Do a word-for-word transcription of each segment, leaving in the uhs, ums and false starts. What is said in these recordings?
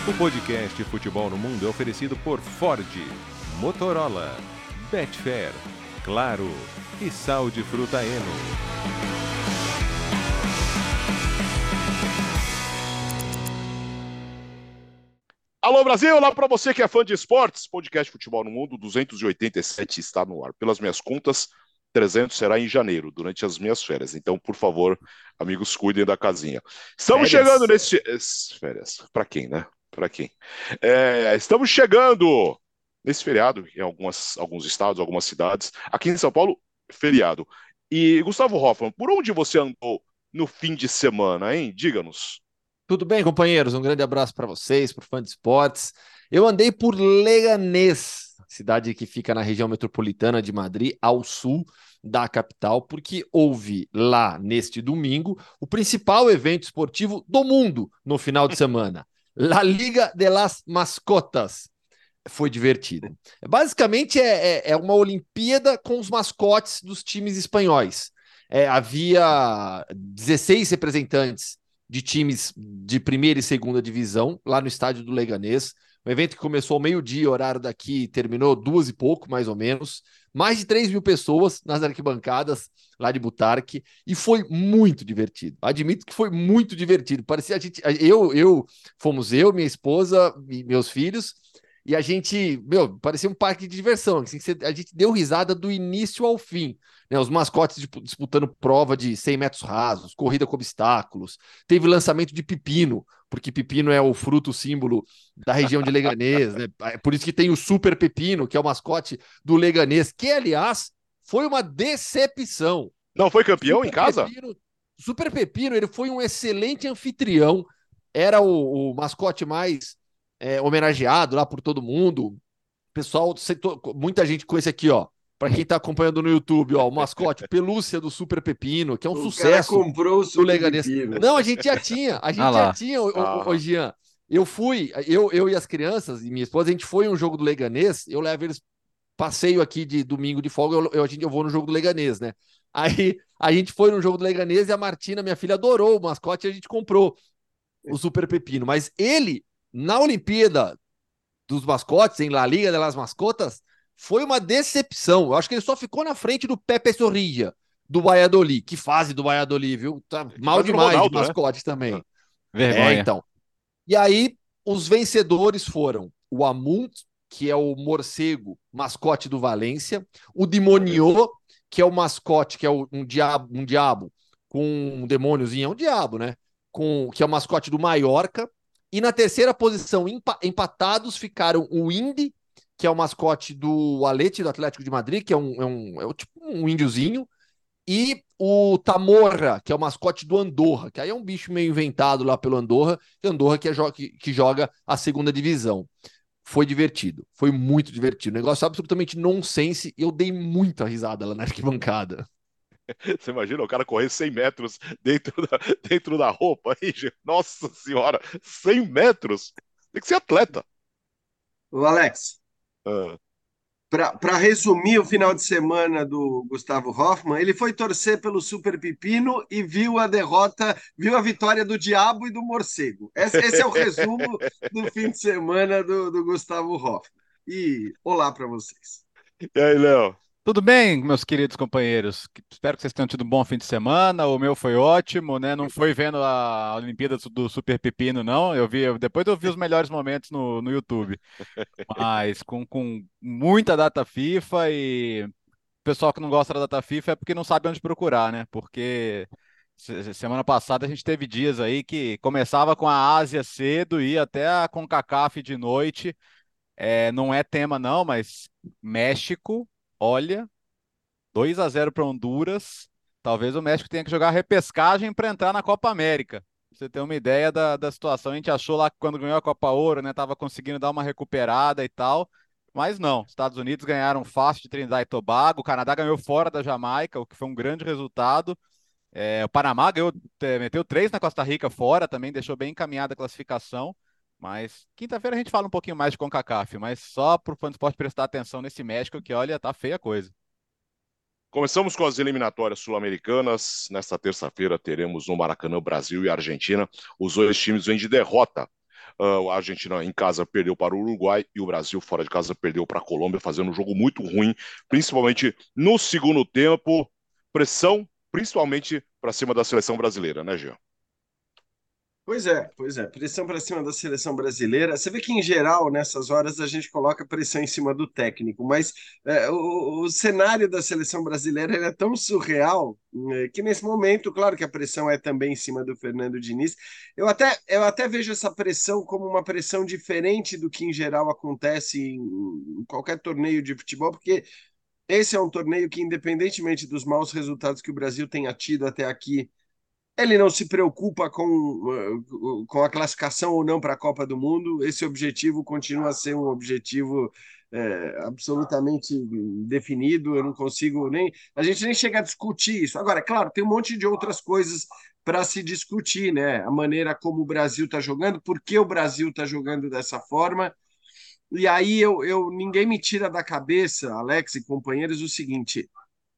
O podcast Futebol no Mundo é oferecido por Ford, Motorola, Betfair, Claro e Sal de Fruta Eno. Alô Brasil, olá para você que é fã de esportes, podcast Futebol no Mundo duzentos e oitenta e sete está no ar. Pelas minhas contas, trezentos será em janeiro, durante as minhas férias. Então, por favor, amigos, cuidem da casinha. Estamos Férias? chegando nesse... Férias, para quem, né? Para quem? É, estamos chegando nesse feriado em algumas, alguns estados, algumas cidades. Aqui em São Paulo, feriado. E, Gustavo Hoffmann, por onde você andou no fim de semana, hein? Diga-nos. Tudo bem, companheiros? Um grande abraço para vocês, para o fã de esportes. Eu andei por Leganés, cidade que fica na região metropolitana de Madrid, ao sul da capital, porque houve lá, neste domingo, o principal evento esportivo do mundo no final de semana, La Liga de las Mascotas. Foi divertido. Basicamente é, é, é uma Olimpíada com os mascotes dos times espanhóis. É, havia dezesseis representantes de times de primeira e segunda divisão lá no estádio do Leganés. Um evento que começou ao meio-dia, horário daqui, terminou duas e pouco, mais ou menos. Mais de três mil pessoas nas arquibancadas lá de Butarque e foi muito divertido. Admito que foi muito divertido. Parecia a gente, eu, eu, fomos eu, minha esposa e meus filhos. E a gente, meu, parecia um parque de diversão. Assim, a gente deu risada do início ao fim. Né? Os mascotes disputando prova de cem metros rasos, corrida com obstáculos. Teve lançamento de pepino, porque pepino é o fruto símbolo da região de Leganés. Né? É por isso que tem o Super Pepino, que é o mascote do Leganés, que, aliás, foi uma decepção. Não foi campeão em Super casa? Pepino, Super Pepino, ele foi um excelente anfitrião. Era o, o mascote mais é, homenageado lá por todo mundo. Pessoal, muita gente com esse aqui, ó. Para quem tá acompanhando no YouTube, ó, o mascote pelúcia do Super Pepino, que é um O cara sucesso comprou o do Super Leganês. Pepino. Não, a gente já tinha, a gente Ah já lá. tinha, ô, ô, ô, Ah, Jean. Eu fui, eu, eu e as crianças e minha esposa, a gente foi em um jogo do Leganês, eu levo eles passeio aqui de domingo de folga, eu, eu, eu vou no jogo do Leganês, né? Aí a gente foi no jogo do Leganês e a Martina, minha filha, adorou o mascote e a gente comprou o Super Pepino. Mas ele, na Olimpíada dos mascotes, em La Liga de las Mascotas, foi uma decepção. Eu acho que ele só ficou na frente do Pepe Sorrilla, do Valladolid. Que fase do Valladolid, viu? Tá que mal faz o demais de Ronaldo, né? mascote também. É, Vergonha. então. E aí, os vencedores foram o Amunt, que é o morcego, mascote do Valência, o Dimoniô, que é o mascote, que é um diabo, um diabo com um demôniozinho, é um diabo, né? Com, que é o mascote do Mallorca. E na terceira posição, empatados, ficaram o Indy, que é o mascote do Alete, do Atlético de Madrid, que é um, é um, é tipo um índiozinho, e o Tamorra, que é o mascote do Andorra, que aí é um bicho meio inventado lá pelo Andorra, que Andorra que, é jo que, que joga a segunda divisão. Foi divertido, foi muito divertido. Negócio absolutamente nonsense, eu dei muita risada lá na arquibancada. Você imagina o cara correr cem metros dentro da, dentro da roupa aí, gente? Nossa senhora, cem metros? Tem que ser atleta. O Alex, Ah. para resumir o final de semana do Gustavo Hoffmann, ele foi torcer pelo Super Pepino e viu a derrota, viu a vitória do Diabo e do Morcego. Esse, esse é o resumo do fim de semana do, do Gustavo Hoffmann. E olá para vocês. E aí, Léo? Tudo bem, meus queridos companheiros? Espero que vocês tenham tido um bom fim de semana. O meu foi ótimo, né? Não foi vendo a Olimpíada do Super Pepino, não. Eu vi, eu- depois eu vi os melhores momentos no, no YouTube. Mas com, com muita data FIFA e o pessoal que não gosta da data FIFA é porque não sabe onde procurar, né? Porque se- semana passada a gente teve dias aí que começava com a Ásia cedo e ia até a CONCACAF de noite. É, não é tema não, mas México, olha, dois a zero para Honduras. Talvez o México tenha que jogar repescagem para entrar na Copa América. Pra você ter uma ideia da, da situação, a gente achou lá que quando ganhou a Copa Ouro, né, tava conseguindo dar uma recuperada e tal, mas não. Estados Unidos ganharam fácil de Trinidad e Tobago, o Canadá ganhou fora da Jamaica, o que foi um grande resultado. É, o Panamá ganhou, é, meteu três na Costa Rica fora, também deixou bem encaminhada a classificação. Mas quinta-feira a gente fala um pouquinho mais de CONCACAF, mas só para o fã do esporte prestar atenção nesse México que, olha, tá feia a coisa. Começamos com as eliminatórias sul-americanas. Nesta terça-feira teremos no Maracanã Brasil e Argentina. Os dois times vêm de derrota Uh, a Argentina em casa perdeu para o Uruguai e o Brasil fora de casa perdeu para a Colômbia, fazendo um jogo muito ruim, principalmente no segundo tempo. Pressão, principalmente para cima da seleção brasileira, né, Jean? Pois é, pois é, pressão para cima da seleção brasileira. Você vê que, em geral, nessas horas a gente coloca pressão em cima do técnico, mas é, o, o cenário da seleção brasileira ele é tão surreal é, que, nesse momento, claro que a pressão é também em cima do Fernando Diniz. Eu até, eu até vejo essa pressão como uma pressão diferente do que, em geral, acontece em, em qualquer torneio de futebol, porque esse é um torneio que, independentemente dos maus resultados que o Brasil tenha tido até aqui, ele não se preocupa com, eh, com a classificação ou não para a Copa do Mundo. Esse objetivo continua a ser um objetivo é, absolutamente definido. Eu não consigo nem. A gente nem chega a discutir isso. Agora, é claro, tem um monte de outras coisas para se discutir, né? A maneira como o Brasil está jogando, por que o Brasil está jogando dessa forma. E aí eu, eu ninguém me tira da cabeça, Alex e companheiros, o seguinte: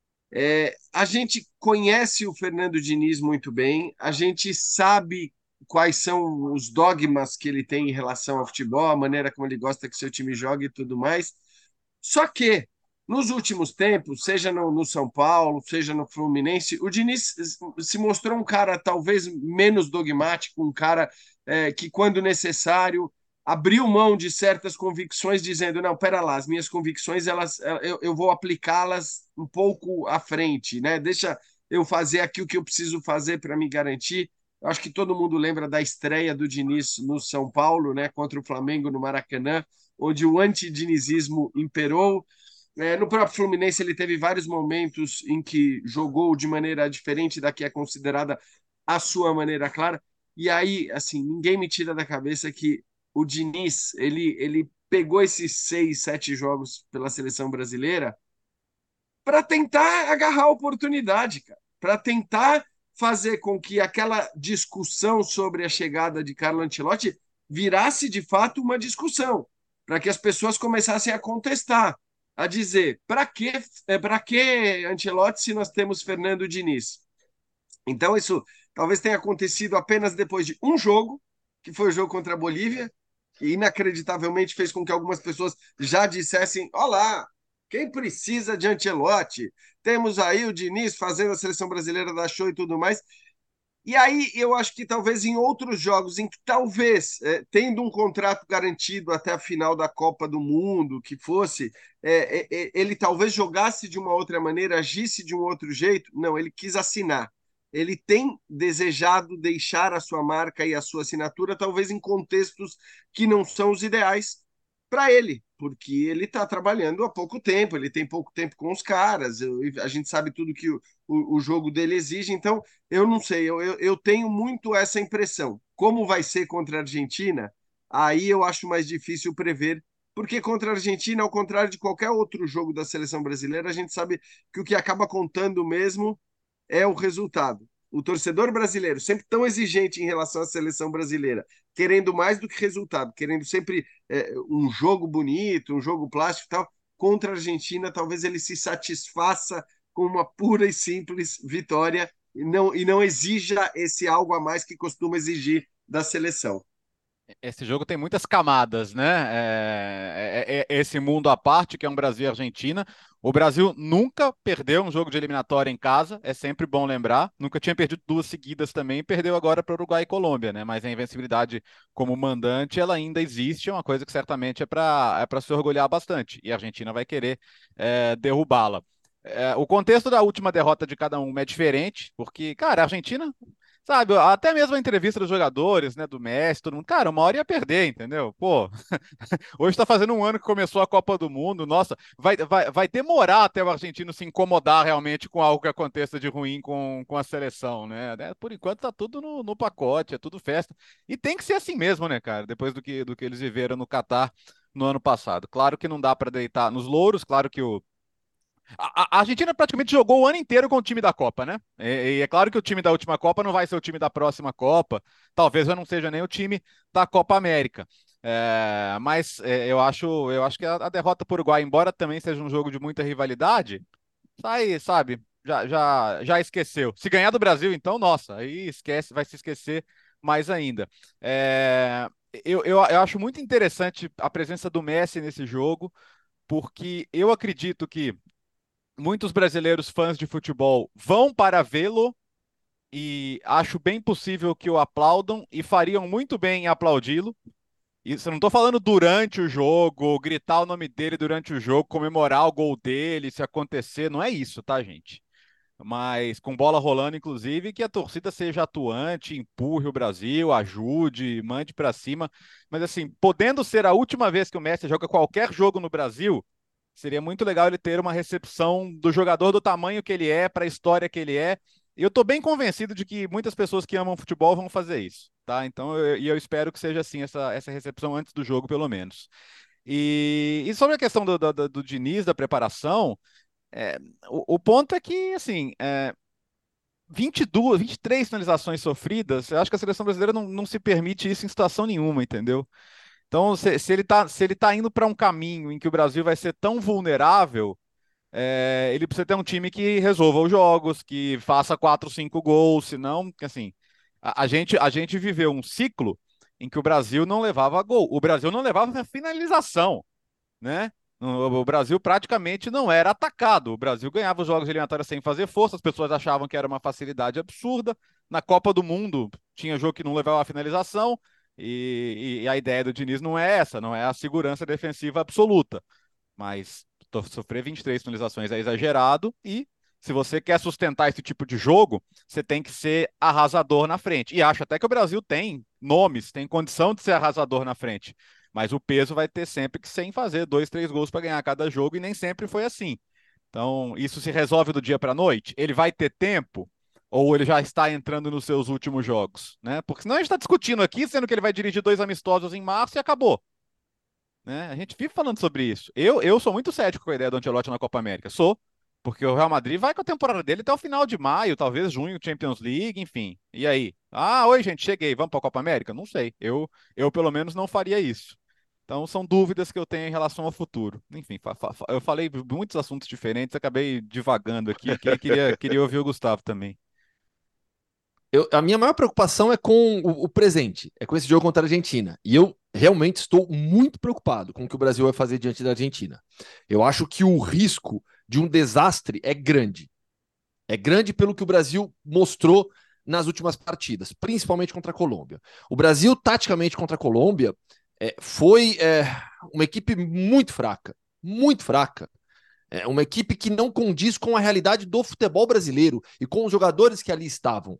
é, a gente conhece o Fernando Diniz muito bem, a gente sabe quais são os dogmas que ele tem em relação ao futebol, a maneira como ele gosta que seu time jogue e tudo mais. Só que, nos últimos tempos, seja no, no São Paulo, seja no Fluminense, o Diniz se mostrou um cara talvez menos dogmático, um cara é, que, quando necessário, abriu mão de certas convicções, dizendo: não, pera lá, as minhas convicções elas, eu, eu vou aplicá-las um pouco à frente, né? Deixa eu fazer aqui o que eu preciso fazer para me garantir. Eu acho que todo mundo lembra da estreia do Diniz no São Paulo, né, contra o Flamengo no Maracanã, onde o antidinizismo imperou. É, no próprio Fluminense, ele teve vários momentos em que jogou de maneira diferente da que é considerada a sua maneira clara. E aí, assim, ninguém me tira da cabeça que o Diniz, ele, ele pegou esses seis, sete jogos pela seleção brasileira para tentar agarrar a oportunidade, cara, para tentar fazer com que aquela discussão sobre a chegada de Carlo Ancelotti virasse de fato uma discussão, para que as pessoas começassem a contestar, a dizer: para que, para que Ancelotti se nós temos Fernando Diniz? Então, isso talvez tenha acontecido apenas depois de um jogo, que foi o jogo contra a Bolívia, e inacreditavelmente fez com que algumas pessoas já dissessem: olá, quem precisa de Ancelotti? Temos aí o Diniz fazendo a seleção brasileira da show e tudo mais. E aí eu acho que talvez em outros jogos em que talvez, é, tendo um contrato garantido até a final da Copa do Mundo, que fosse, é, é, ele talvez jogasse de uma outra maneira, agisse de um outro jeito. Não, ele quis assinar. Ele tem desejado deixar a sua marca e a sua assinatura, talvez em contextos que não são os ideais para ele, porque ele está trabalhando há pouco tempo, ele tem pouco tempo com os caras, eu, a gente sabe tudo que o, o, o jogo dele exige, então eu não sei, eu, eu, eu tenho muito essa impressão. Como vai ser contra a Argentina? Aí eu acho mais difícil prever, porque contra a Argentina, ao contrário de qualquer outro jogo da seleção brasileira, a gente sabe que o que acaba contando mesmo é o resultado. O torcedor brasileiro, sempre tão exigente em relação à seleção brasileira, querendo mais do que resultado, querendo sempre é, um jogo bonito, um jogo plástico e tal, contra a Argentina, talvez ele se satisfaça com uma pura e simples vitória e não, e não exija esse algo a mais que costuma exigir da seleção. Esse jogo tem muitas camadas, né? É, é- é esse mundo à parte, que é um Brasil e Argentina. O Brasil nunca perdeu um jogo de eliminatória em casa, é sempre bom lembrar. Nunca tinha perdido duas seguidas também, perdeu agora para Uruguai e Colômbia, né? Mas a invencibilidade como mandante, ela ainda existe, é uma coisa que certamente é para é para se orgulhar bastante. E a Argentina vai querer é, derrubá-la. É, o contexto da última derrota de cada um é diferente, porque, cara, a Argentina. Sabe, até mesmo a entrevista dos jogadores, né, do Messi, todo mundo, cara, uma hora ia perder, entendeu? Pô, hoje tá fazendo um ano que começou a Copa do Mundo, nossa, vai, vai, vai demorar até o argentino se incomodar realmente com algo que aconteça de ruim com, com a seleção, né? né? Por enquanto tá tudo no, no pacote, é tudo festa. E tem que ser assim mesmo, né, cara? Depois do que, do que eles viveram no Catar no ano passado. Claro que não dá para deitar nos louros, claro que o a, a Argentina praticamente jogou o ano inteiro com o time da Copa, né? E, e é claro que o time da última Copa não vai ser o time da próxima Copa, talvez já não seja nem o time da Copa América. É, mas é, eu acho, eu acho que a, a derrota para o Uruguai, embora também seja um jogo de muita rivalidade, sai, sabe, já, já, já esqueceu. Se ganhar do Brasil, então, nossa, aí esquece, vai se esquecer mais ainda. É, eu, eu, eu acho muito interessante a presença do Messi nesse jogo, porque eu acredito que muitos brasileiros fãs de futebol vão para vê-lo e acho bem possível que o aplaudam e fariam muito bem em aplaudi-lo. Isso, eu não estou falando durante o jogo, gritar o nome dele durante o jogo, comemorar o gol dele, se acontecer, não é isso, tá, gente? Mas com bola rolando, inclusive, que a torcida seja atuante, empurre o Brasil, ajude, mande para cima. Mas assim, podendo ser a última vez que o Messi joga qualquer jogo no Brasil, seria muito legal ele ter uma recepção do jogador do tamanho que ele é, para a história que ele é. E eu estou bem convencido de que muitas pessoas que amam futebol vão fazer isso, tá? Então, eu, e eu espero que seja assim essa, essa recepção antes do jogo, pelo menos. E, e sobre a questão do, do, do, do Diniz, da preparação, é, o, o ponto é que, assim, é, vinte e duas, vinte e três finalizações sofridas, eu acho que a seleção brasileira não, não se permite isso em situação nenhuma, entendeu? Então, se, se ele tá, se ele tá indo para um caminho em que o Brasil vai ser tão vulnerável, é, ele precisa ter um time que resolva os jogos, que faça quatro, cinco gols, senão, assim, a, a gente, a gente viveu um ciclo em que o Brasil não levava gol, o Brasil não levava finalização, né? O Brasil praticamente não era atacado. O Brasil ganhava os jogos eliminatórios sem fazer força, as pessoas achavam que era uma facilidade absurda. Na Copa do Mundo tinha jogo que não levava a finalização, e, e a ideia do Diniz não é essa, não é a segurança defensiva absoluta. Mas sofrer vinte e três finalizações é exagerado, e se você quer sustentar esse tipo de jogo, você tem que ser arrasador na frente. E acho até que o Brasil tem nomes, tem condição de ser arrasador na frente. Mas o peso vai ter sempre que ser em fazer dois, três gols para ganhar cada jogo, e nem sempre foi assim. Então, isso se resolve do dia para a noite? Ele vai ter tempo? Ou ele já está entrando nos seus últimos jogos? Né? Porque senão a gente está discutindo aqui, sendo que ele vai dirigir dois amistosos em março e acabou. Né? A gente vive falando sobre isso. Eu, eu sou muito cético com a ideia do Ancelotti na Copa América. Sou. Porque o Real Madrid vai com a temporada dele até o final de maio, talvez junho, Champions League, enfim. E aí? Ah, oi, gente, cheguei. Vamos para a Copa América? Não sei. Eu, eu, pelo menos, não faria isso. Então, são dúvidas que eu tenho em relação ao futuro. Enfim, fa fa eu falei muitos assuntos diferentes, acabei divagando aqui. Queria, queria, queria ouvir o Gustavo também. Eu, a minha maior preocupação é com o, o presente, é com esse jogo contra a Argentina. E eu realmente estou muito preocupado com o que o Brasil vai fazer diante da Argentina. Eu acho que o risco de um desastre é grande. É grande pelo que o Brasil mostrou nas últimas partidas, principalmente contra a Colômbia. O Brasil, taticamente contra a Colômbia, é, foi é, uma equipe muito fraca, muito fraca. É uma equipe que não condiz com a realidade do futebol brasileiro e com os jogadores que ali estavam.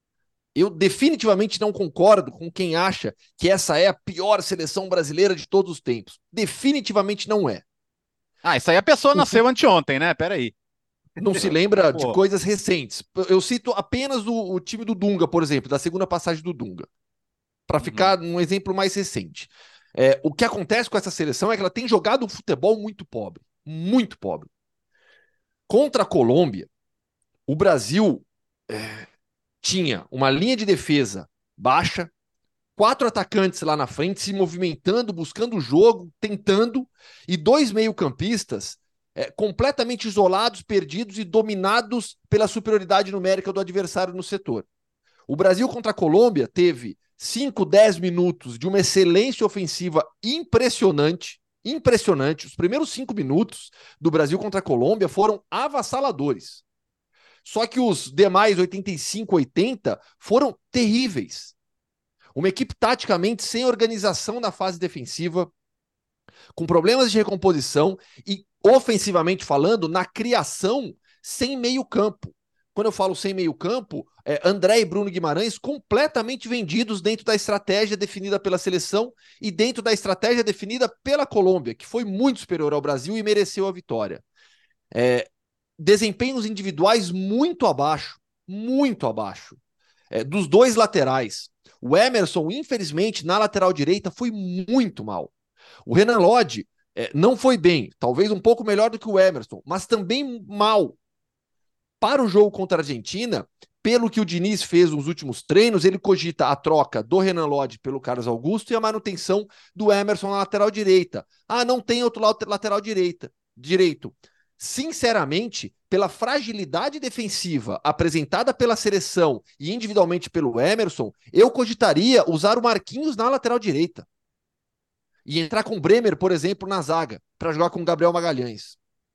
Eu definitivamente não concordo com quem acha que essa é a pior seleção brasileira de todos os tempos. Definitivamente não é. Ah, isso aí a pessoa nasceu anteontem, né? Peraí. Não se lembra de Pô. coisas recentes. Eu cito apenas o, o time do Dunga, por exemplo, da segunda passagem do Dunga, para ficar Uhum. um exemplo mais recente. É, o que acontece com essa seleção é que ela tem jogado um futebol muito pobre, muito pobre. Contra a Colômbia, o Brasil é, tinha uma linha de defesa baixa, quatro atacantes lá na frente se movimentando, buscando o jogo, tentando, e dois meio-campistas é, completamente isolados, perdidos e dominados pela superioridade numérica do adversário no setor. O Brasil contra a Colômbia teve cinco, dez minutos de uma excelência ofensiva impressionante, impressionante. Os primeiros cinco minutos do Brasil contra a Colômbia foram avassaladores. Só que os demais oitenta e cinco, oitenta foram terríveis. Uma equipe taticamente sem organização na fase defensiva, com problemas de recomposição e, ofensivamente falando, na criação sem meio campo. Quando eu falo sem meio campo, é André e Bruno Guimarães completamente vendidos dentro da estratégia definida pela seleção e dentro da estratégia definida pela Colômbia, que foi muito superior ao Brasil e mereceu a vitória. É, desempenhos individuais muito abaixo, muito abaixo. É, dos dois laterais. O Emerson, infelizmente, na lateral direita foi muito mal. O Renan Lodge é, não foi bem, talvez um pouco melhor do que o Emerson, mas também mal. Para o jogo contra a Argentina, pelo que o Diniz fez nos últimos treinos, ele cogita a troca do Renan Lodge pelo Carlos Augusto e a manutenção do Emerson na lateral direita. Ah, não tem outro lateral direita, direito. sinceramente, pela fragilidade defensiva apresentada pela seleção e individualmente pelo Emerson, eu cogitaria usar o Marquinhos na lateral direita e entrar com o Bremer, por exemplo, na zaga, para jogar com o Gabriel Magalhães.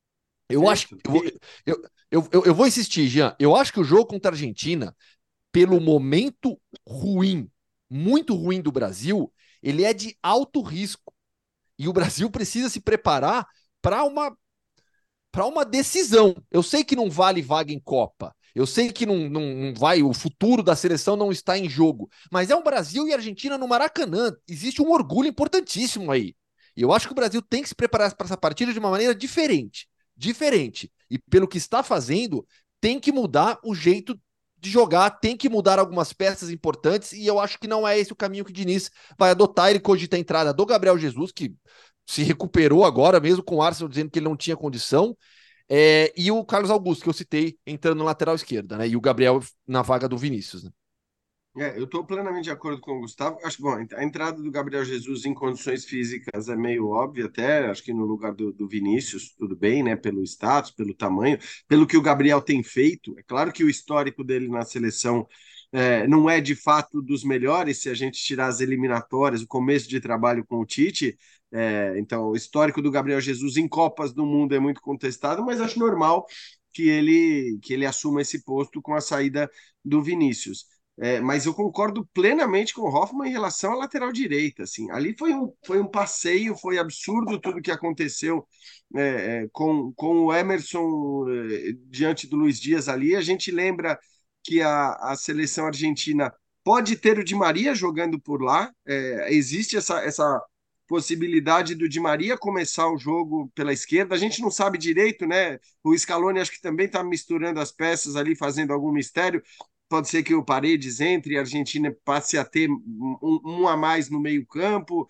Eu acho que. Eu, vou- eu, eu, eu, eu vou insistir, Jean. Eu acho que o jogo contra a Argentina, pelo momento ruim, muito ruim do Brasil, ele é de alto risco. E o Brasil precisa se preparar para uma, para uma decisão. Eu sei que não vale vaga em Copa. Eu sei que não, não, não vai, o futuro da seleção não está em jogo. Mas é um Brasil e Argentina no Maracanã. Existe um orgulho importantíssimo aí. E eu acho que o Brasil tem que se preparar para essa partida de uma maneira diferente. Diferente. E pelo que está fazendo, tem que mudar o jeito de jogar, tem que mudar algumas peças importantes, e eu acho que não é esse o caminho que o Diniz vai adotar. Ele cogita a entrada do Gabriel Jesus, que se recuperou agora, mesmo com o Arsenal dizendo que ele não tinha condição, é, e o Carlos Augusto, que eu citei, entrando na lateral esquerda, né? E o Gabriel na vaga do Vinícius, né? É, eu estou plenamente de acordo com o Gustavo. Acho que, bom, a entrada do Gabriel Jesus em condições físicas é meio óbvia até, acho que no lugar do, do Vinícius, tudo bem, né? Pelo status, pelo tamanho, pelo que o Gabriel tem feito. É claro que o histórico dele na seleção é, não é de fato dos melhores, se a gente tirar as eliminatórias, o começo de trabalho com o Tite. É, então, o histórico do Gabriel Jesus em Copas do Mundo é muito contestado, mas acho normal que ele, que ele assuma esse posto com a saída do Vinícius. É, mas eu concordo plenamente com o Hoffman em relação à lateral direita. Assim, ali foi um, foi um passeio, foi absurdo tudo que aconteceu é, é, com, com o Emerson é, diante do Luiz Dias ali. A gente lembra que a, a seleção argentina pode ter o Di Maria jogando por lá, é, existe essa, essa possibilidade do Di Maria começar o jogo pela esquerda. A gente não sabe direito, né? O Scaloni acho que também está misturando as peças ali, fazendo algum mistério. Pode ser que o Paredes entre e a Argentina passe a ter um, um a mais no meio-campo.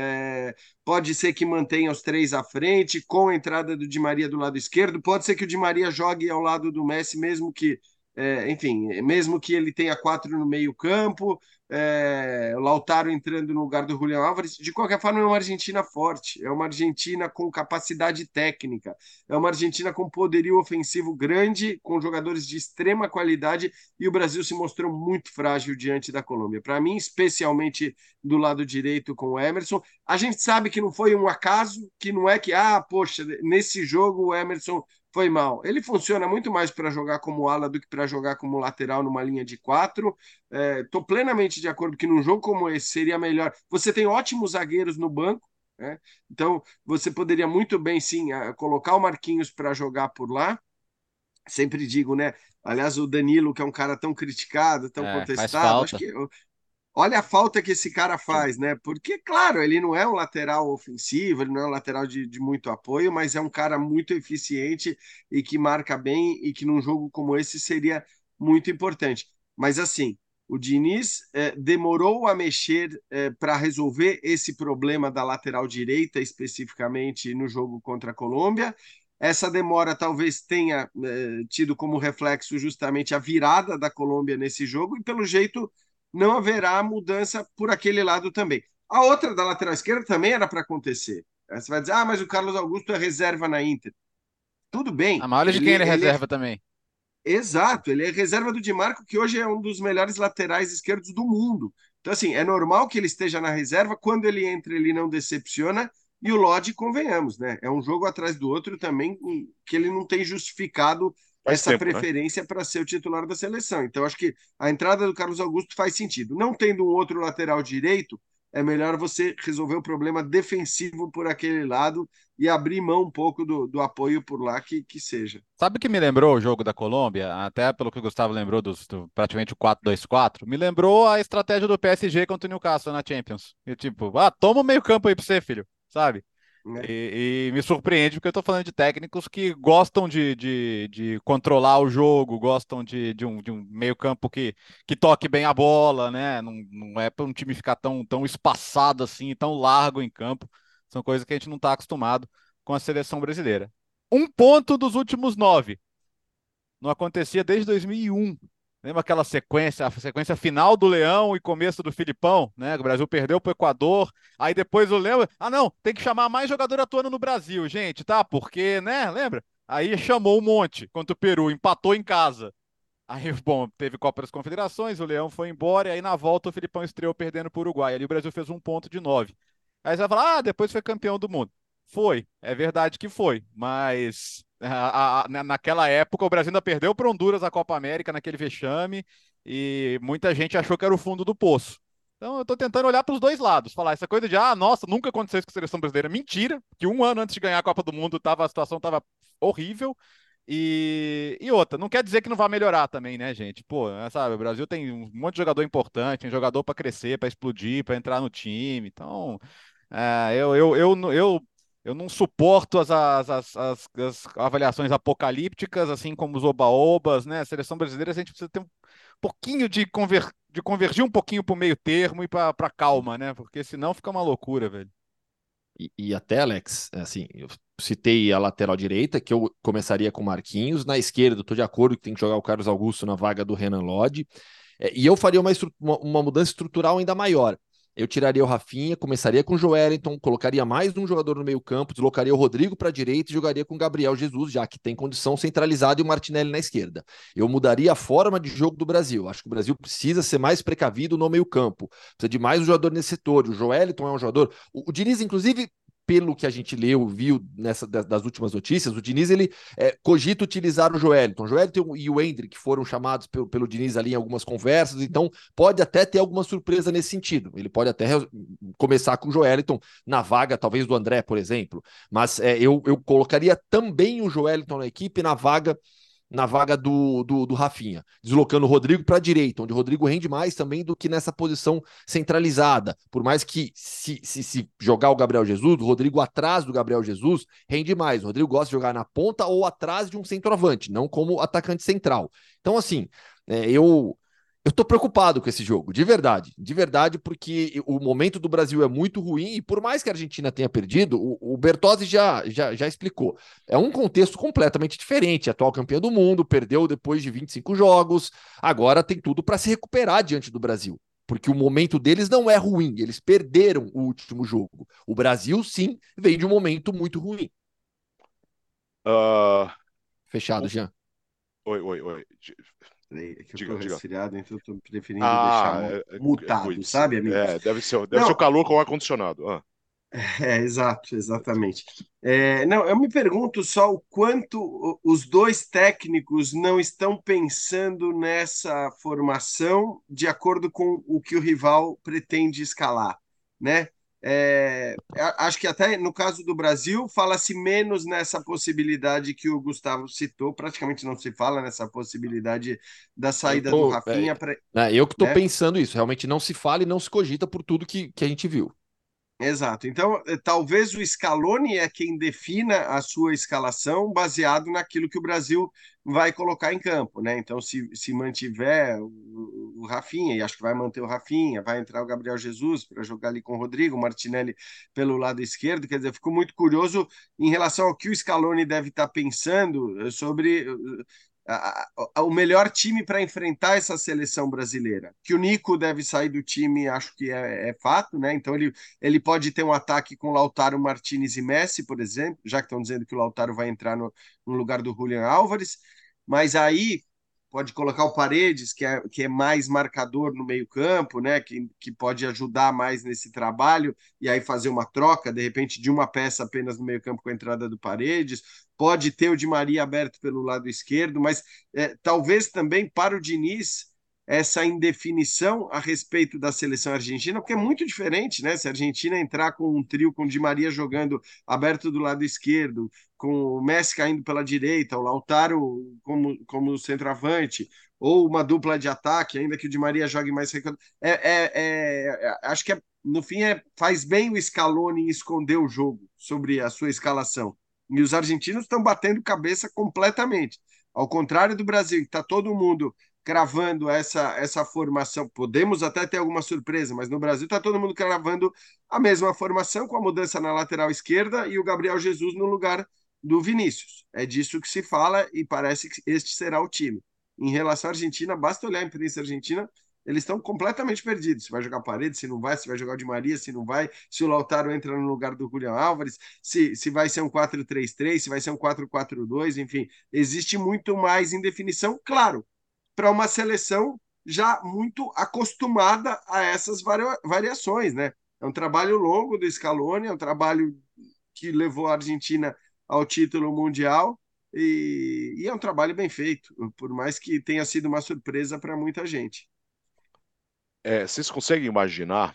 É, pode ser que mantenha os três à frente, com a entrada do Di Maria do lado esquerdo. Pode ser que o Di Maria jogue ao lado do Messi, mesmo que, é, enfim, mesmo que ele tenha quatro no meio-campo. É, o Lautaro entrando no lugar do Julián Álvares. De qualquer forma, é uma Argentina forte, é uma Argentina com capacidade técnica, é uma Argentina com poderio ofensivo grande, com jogadores de extrema qualidade, e o Brasil se mostrou muito frágil diante da Colômbia. Para mim, especialmente do lado direito com o Emerson. A gente sabe que não foi um acaso, que não é que, ah, poxa, nesse jogo o Emerson foi mal. Ele funciona muito mais para jogar como ala do que para jogar como lateral numa linha de quatro. Estou é, plenamente de acordo que num jogo como esse seria melhor. Você tem ótimos zagueiros no banco, né? Então você poderia muito bem, sim, colocar o Marquinhos para jogar por lá. Sempre digo, né? Aliás, o Danilo, que é um cara tão criticado, tão É, faz contestado, acho falta. que olha a falta que esse cara faz, né? Porque, claro, ele não é um lateral ofensivo, ele não é um lateral de, de muito apoio, mas é um cara muito eficiente e que marca bem e que num jogo como esse seria muito importante. Mas, assim, o Diniz eh, demorou a mexer eh, para resolver esse problema da lateral direita, especificamente no jogo contra a Colômbia. Essa demora talvez tenha eh, tido como reflexo justamente a virada da Colômbia nesse jogo, e pelo jeito não haverá mudança por aquele lado também. A outra da lateral esquerda também era para acontecer. Você vai dizer, ah, mas o Carlos Augusto é reserva na Inter. Tudo A bem, maior de ele, quem ele ele é reserva também. exato, ele é reserva do Di Marco, que hoje é um dos melhores laterais esquerdos do mundo. Então, assim, é normal que ele esteja na reserva, quando ele entra, ele não decepciona, e o Lodge, convenhamos, né? É um jogo atrás do outro também, que ele não tem justificado Faz essa tempo, né? preferência para ser o titular da seleção. Então, acho que a entrada do Carlos Augusto faz sentido. Não tendo um outro lateral direito, é melhor você resolver o problema defensivo por aquele lado e abrir mão um pouco do, do apoio por lá que, que seja. Sabe o que me lembrou o jogo da Colômbia? Até pelo que o Gustavo lembrou dos, do, praticamente o quatro dois quatro. Me lembrou a estratégia do P S G contra o Newcastle na Champions. E tipo, ah, toma o meio campo aí pra você, filho. Sabe? Né? E, e me surpreende porque eu tô falando de técnicos que gostam de, de, de controlar o jogo, gostam de, de um, de um meio campo que, que toque bem a bola, né? Não, não é para um time ficar tão, tão espaçado assim, tão largo em campo. São coisas que a gente não está acostumado com a seleção brasileira. Um ponto dos últimos nove. Não acontecia desde dois mil e um. Lembra aquela sequência, a sequência final do Leão e começo do Filipão, né? O Brasil perdeu para o Equador, aí depois eu lembro, ah não, tem que chamar mais jogador atuando no Brasil, gente, tá? Porque, né? Lembra? Aí chamou um monte contra o Peru, empatou em casa. Aí, bom, teve Copa das Confederações, o Leão foi embora, e aí na volta o Filipão estreou perdendo para o Uruguai. Ali o Brasil fez um ponto de nove. Aí você vai falar, ah, depois foi campeão do mundo. Foi, é verdade que foi, mas a- a- na- naquela época o Brasil ainda perdeu para Honduras a Copa América naquele vexame, e muita gente achou que era o fundo do poço. Então eu tô tentando olhar para os dois lados, falar essa coisa de, ah, nossa, nunca aconteceu isso com a seleção brasileira. Mentira, que um ano antes de ganhar a Copa do Mundo tava, a situação estava horrível. E, e outra, não quer dizer que não vai melhorar também, né, gente? Pô, é, sabe, o Brasil tem um monte de jogador importante, tem jogador para crescer, para explodir, para entrar no time. Então, é, eu, eu, eu, não- eu, eu não suporto as, as, as, as- as avaliações apocalípticas, assim como os oba-obas, né? A seleção brasileira, a gente precisa ter um pouquinho de, conver, de convergir um pouquinho para o meio termo e para calma, né? Porque senão fica uma loucura, velho. E, e até, Alex, assim, eu citei a lateral direita, que eu começaria com Marquinhos. Na esquerda, eu tô de acordo que tem que jogar o Carlos Augusto na vaga do Renan Lodge. É, e eu faria uma, uma, uma mudança estrutural ainda maior. Eu tiraria o Rafinha, começaria com o Joelinton, colocaria mais um jogador no meio-campo, deslocaria o Rodrigo para a direita e jogaria com o Gabriel Jesus, já que tem condição centralizada, e o Martinelli na esquerda. Eu mudaria a forma de jogo do Brasil. Acho que o Brasil precisa ser mais precavido no meio-campo. Precisa de mais um jogador nesse setor. O Joelinton é um jogador. O, o Diniz, inclusive, pelo que a gente leu, viu nessa das, das últimas notícias, o Diniz ele é, cogita utilizar o Joelinton. O Joelinton e o Endrick foram chamados pelo, pelo Diniz ali em algumas conversas, então pode até ter alguma surpresa nesse sentido. Ele pode até começar com o Joelinton na vaga, talvez do André, por exemplo. Mas é, eu, eu colocaria também o Joelinton na equipe na vaga na vaga do, do, do Rafinha, deslocando o Rodrigo para a direita, onde o Rodrigo rende mais também do que nessa posição centralizada. Por mais que se, se, se jogar o Gabriel Jesus, o Rodrigo atrás do Gabriel Jesus, rende mais. O Rodrigo gosta de jogar na ponta ou atrás de um centroavante, não como atacante central. Então, assim, é, eu eu tô preocupado com esse jogo, de verdade, de verdade, porque o momento do Brasil é muito ruim e por mais que a Argentina tenha perdido, o, o Bertozzi já, já, já explicou. É um contexto completamente diferente. Atual campeão do mundo, perdeu depois de vinte e cinco jogos, agora tem tudo para se recuperar diante do Brasil. Porque o momento deles não é ruim, eles perderam o último jogo. O Brasil, sim, veio de um momento muito ruim. Ah, Fechado, o- Jean. oi, oi, oi. Peraí, é que eu tô Diga, diga. resfriado, então eu tô preferindo deixar Ah, mu- é, é, é, mutado, cuide-se. sabe, amigo? É, deve ser, deve ser o Não, calor com o ar-condicionado. Ah. é, exato, exatamente. É, não, eu me pergunto só o quanto o- os dois técnicos não estão pensando nessa formação de acordo com o que o rival pretende escalar, né? É, a- acho que até no caso do Brasil fala-se menos nessa possibilidade que o Gustavo citou, praticamente não se fala nessa possibilidade da Eu saída do tô, é, Rafinha, pra- é, eu que estou né? pensando isso. Realmente não se fala e não se cogita por tudo que, que a gente viu. Exato. Então, eh, talvez o Scaloni é quem defina a sua escalação baseado naquilo que o Brasil vai colocar em campo, né? Então, se, se mantiver o, o Rafinha, e acho que vai manter o Rafinha, vai entrar o Gabriel Jesus para jogar ali com o Rodrigo, o Martinelli pelo lado esquerdo, quer dizer, eu fico muito curioso em relação ao que o Scaloni deve estar pensando eh, sobre eh, a- a- o melhor time para enfrentar essa seleção brasileira. Que o Nico deve sair do time, acho que é, é fato, né? Então ele ele pode ter um ataque com Lautaro Martinez e Messi, por exemplo, já que estão dizendo que o Lautaro vai entrar no, no lugar do Julian Álvares, mas aí pode colocar o Paredes, que é, que é mais marcador no meio-campo, né? Que, que pode ajudar mais nesse trabalho, e aí fazer uma troca, de repente, de uma peça apenas no meio-campo com a entrada do Paredes. Pode ter o Di Maria aberto pelo lado esquerdo, mas é, talvez também para o Diniz essa indefinição a respeito da seleção argentina, porque é muito diferente, né? Se a Argentina entrar com um trio com o Di Maria jogando aberto do lado esquerdo, com o Messi caindo pela direita, o Lautaro como, como centroavante, ou uma dupla de ataque, ainda que o Di Maria jogue mais recuado. É, é, é, acho que é, no fim é, faz bem o Scaloni esconder o jogo sobre a sua escalação. E os argentinos estão batendo cabeça completamente. Ao contrário do Brasil, que está todo mundo cravando essa, essa formação. Podemos até ter alguma surpresa, mas no Brasil está todo mundo cravando a mesma formação, com a mudança na lateral esquerda e o Gabriel Jesus no lugar do Vinícius. É disso que se fala e parece que este será o time. Em relação à Argentina, basta olhar a imprensa argentina, Eles estão completamente perdidos. Se vai jogar Paredes, se não vai, se vai jogar o Di Maria, se não vai, se o Lautaro entra no lugar do Julián Álvares, se, se vai ser um quatro três três, se vai ser um quatro quatro dois, enfim, existe muito mais indefinição, claro, para uma seleção já muito acostumada a essas varia variações, né? É um trabalho longo do Scaloni, é um trabalho que levou a Argentina ao título mundial e, e é um trabalho bem feito, por mais que tenha sido uma surpresa para muita gente. É, vocês conseguem imaginar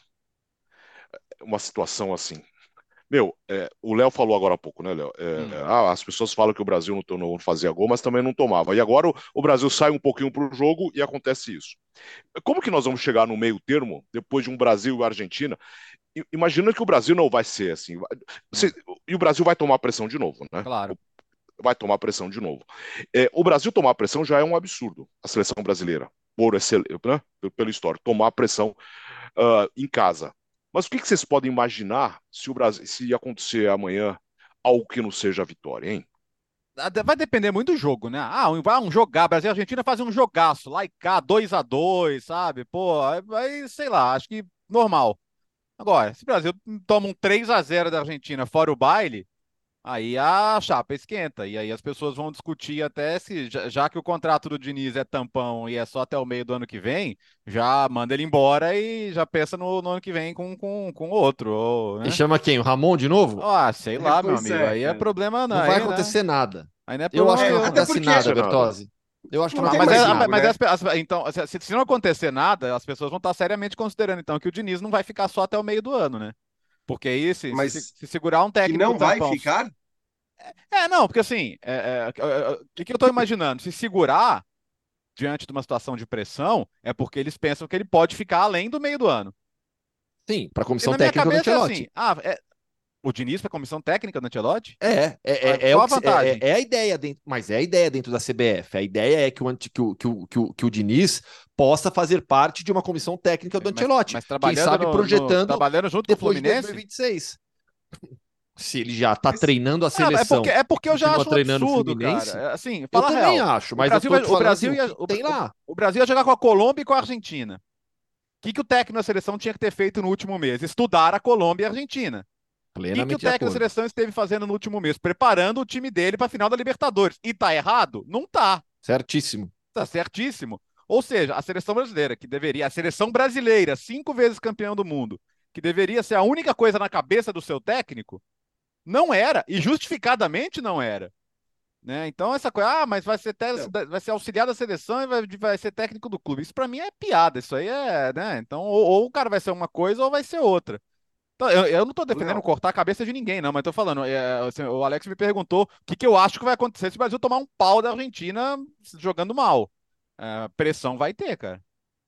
uma situação assim? Meu, é, o Léo falou agora há pouco, né, Léo? É, Hum. ah, as pessoas falam que o Brasil não, não fazia gol, mas também não tomava. E agora o, o Brasil sai um pouquinho para o jogo e acontece isso. Como que nós vamos chegar no meio termo, depois de um Brasil e Argentina? I- Imagina que o Brasil não vai ser assim. vai- se- e o Brasil vai tomar pressão de novo, né? Claro. Vai tomar pressão de novo. É, o Brasil tomar pressão já é um absurdo, a seleção brasileira, por excel, né? Pelo histórico, tomar pressão ah, em casa. Mas o que que vocês podem imaginar se o Brasil, se acontecer amanhã algo que não seja a vitória, hein? Ah, de- Vai depender muito do jogo, né? Ah, um, ah, um jogar, Brasil e Argentina fazem um jogaço, lá e cá, dois a dois, sabe? Pô, aí, aí, sei lá, acho que normal. Agora, se o Brasil toma um três a zero da Argentina fora o baile, aí a chapa esquenta. E aí as pessoas vão discutir até se, já, já que o contrato do Diniz é tampão e é só até o meio do ano que vem, já manda ele embora e já pensa no, no ano que vem com, com, com outro, ou, E né? chama quem? O Ramon de novo? Ah, sei lá, meu Pois amigo. é, Aí é cara. problema, não, Não vai aí, né? acontecer nada. Aí não é Eu acho problema que não É, meu, até né? acontece porque nada, Não, nada. Bertozzi. Eu acho que não não Ah, tem mas, acontece mais é- nada. jogo, mas né? as- as- então, se, se não acontecer nada, as pessoas vão estar seriamente considerando, então, que o Diniz não vai ficar só até o meio do ano, né? Porque aí, se, se, se- Mas se segurar um que técnico não vai tampão. ficar? É, não, porque assim, é, é, é, é, o que que eu tô imaginando? Se segurar diante de uma situação de pressão, é porque eles pensam que ele pode ficar além do meio do ano. Sim, para a E comissão na minha técnica do cabeça é assim: Ancelotti. ah, é, o Diniz para a comissão técnica do Ancelotti? É, é, Qual, é, é, qual o a que, se- é, é vantagem? é a ideia dentro, mas é a ideia dentro da C B F. A ideia é que o, anti- que o, que o, que o, que o Diniz possa fazer parte de uma comissão técnica do Mas, Ancelotti. mas Quem trabalhando, sabe no, no- projetando trabalhando junto com o depois de Fluminense? dois mil e vinte e seis. Se ele já está Mas, treinando a Ah, é porque, seleção, é porque eu já continua acho um treinando o absurdo, cara. Fluminense, É, Assim, eu fala a também real. acho, O mas eu Brasil, estou vai, te o falando assim, Brasil o ia, que o, tem o- lá. o Brasil ia jogar com a Colômbia e com a Argentina. O que, que o técnico da seleção tinha que ter feito no último mês? Estudar a Colômbia e a Argentina. O que, que o Plenamente de técnico da acordo. seleção esteve fazendo no último mês? Preparando o time dele para a final da Libertadores. E tá errado? Não tá. Certíssimo. Tá certíssimo. Ou seja, a seleção brasileira, que deveria, a seleção brasileira, cinco vezes campeão do mundo, que deveria ser a única coisa na cabeça do seu técnico, não era, e justificadamente não era. Né? Então, essa coisa, ah, mas vai ser, te- então, vai ser auxiliar da seleção e vai, vai ser técnico do clube. Isso pra mim é piada. Isso aí é, né? Então, ou, ou o cara vai ser uma coisa ou vai ser outra. Então, eu, eu não tô defendendo Léo, cortar a cabeça de ninguém, não, mas tô falando. É, assim, o Alex me perguntou o que, que eu acho que vai acontecer se o Brasil tomar um pau da Argentina jogando mal. É, pressão vai ter, cara.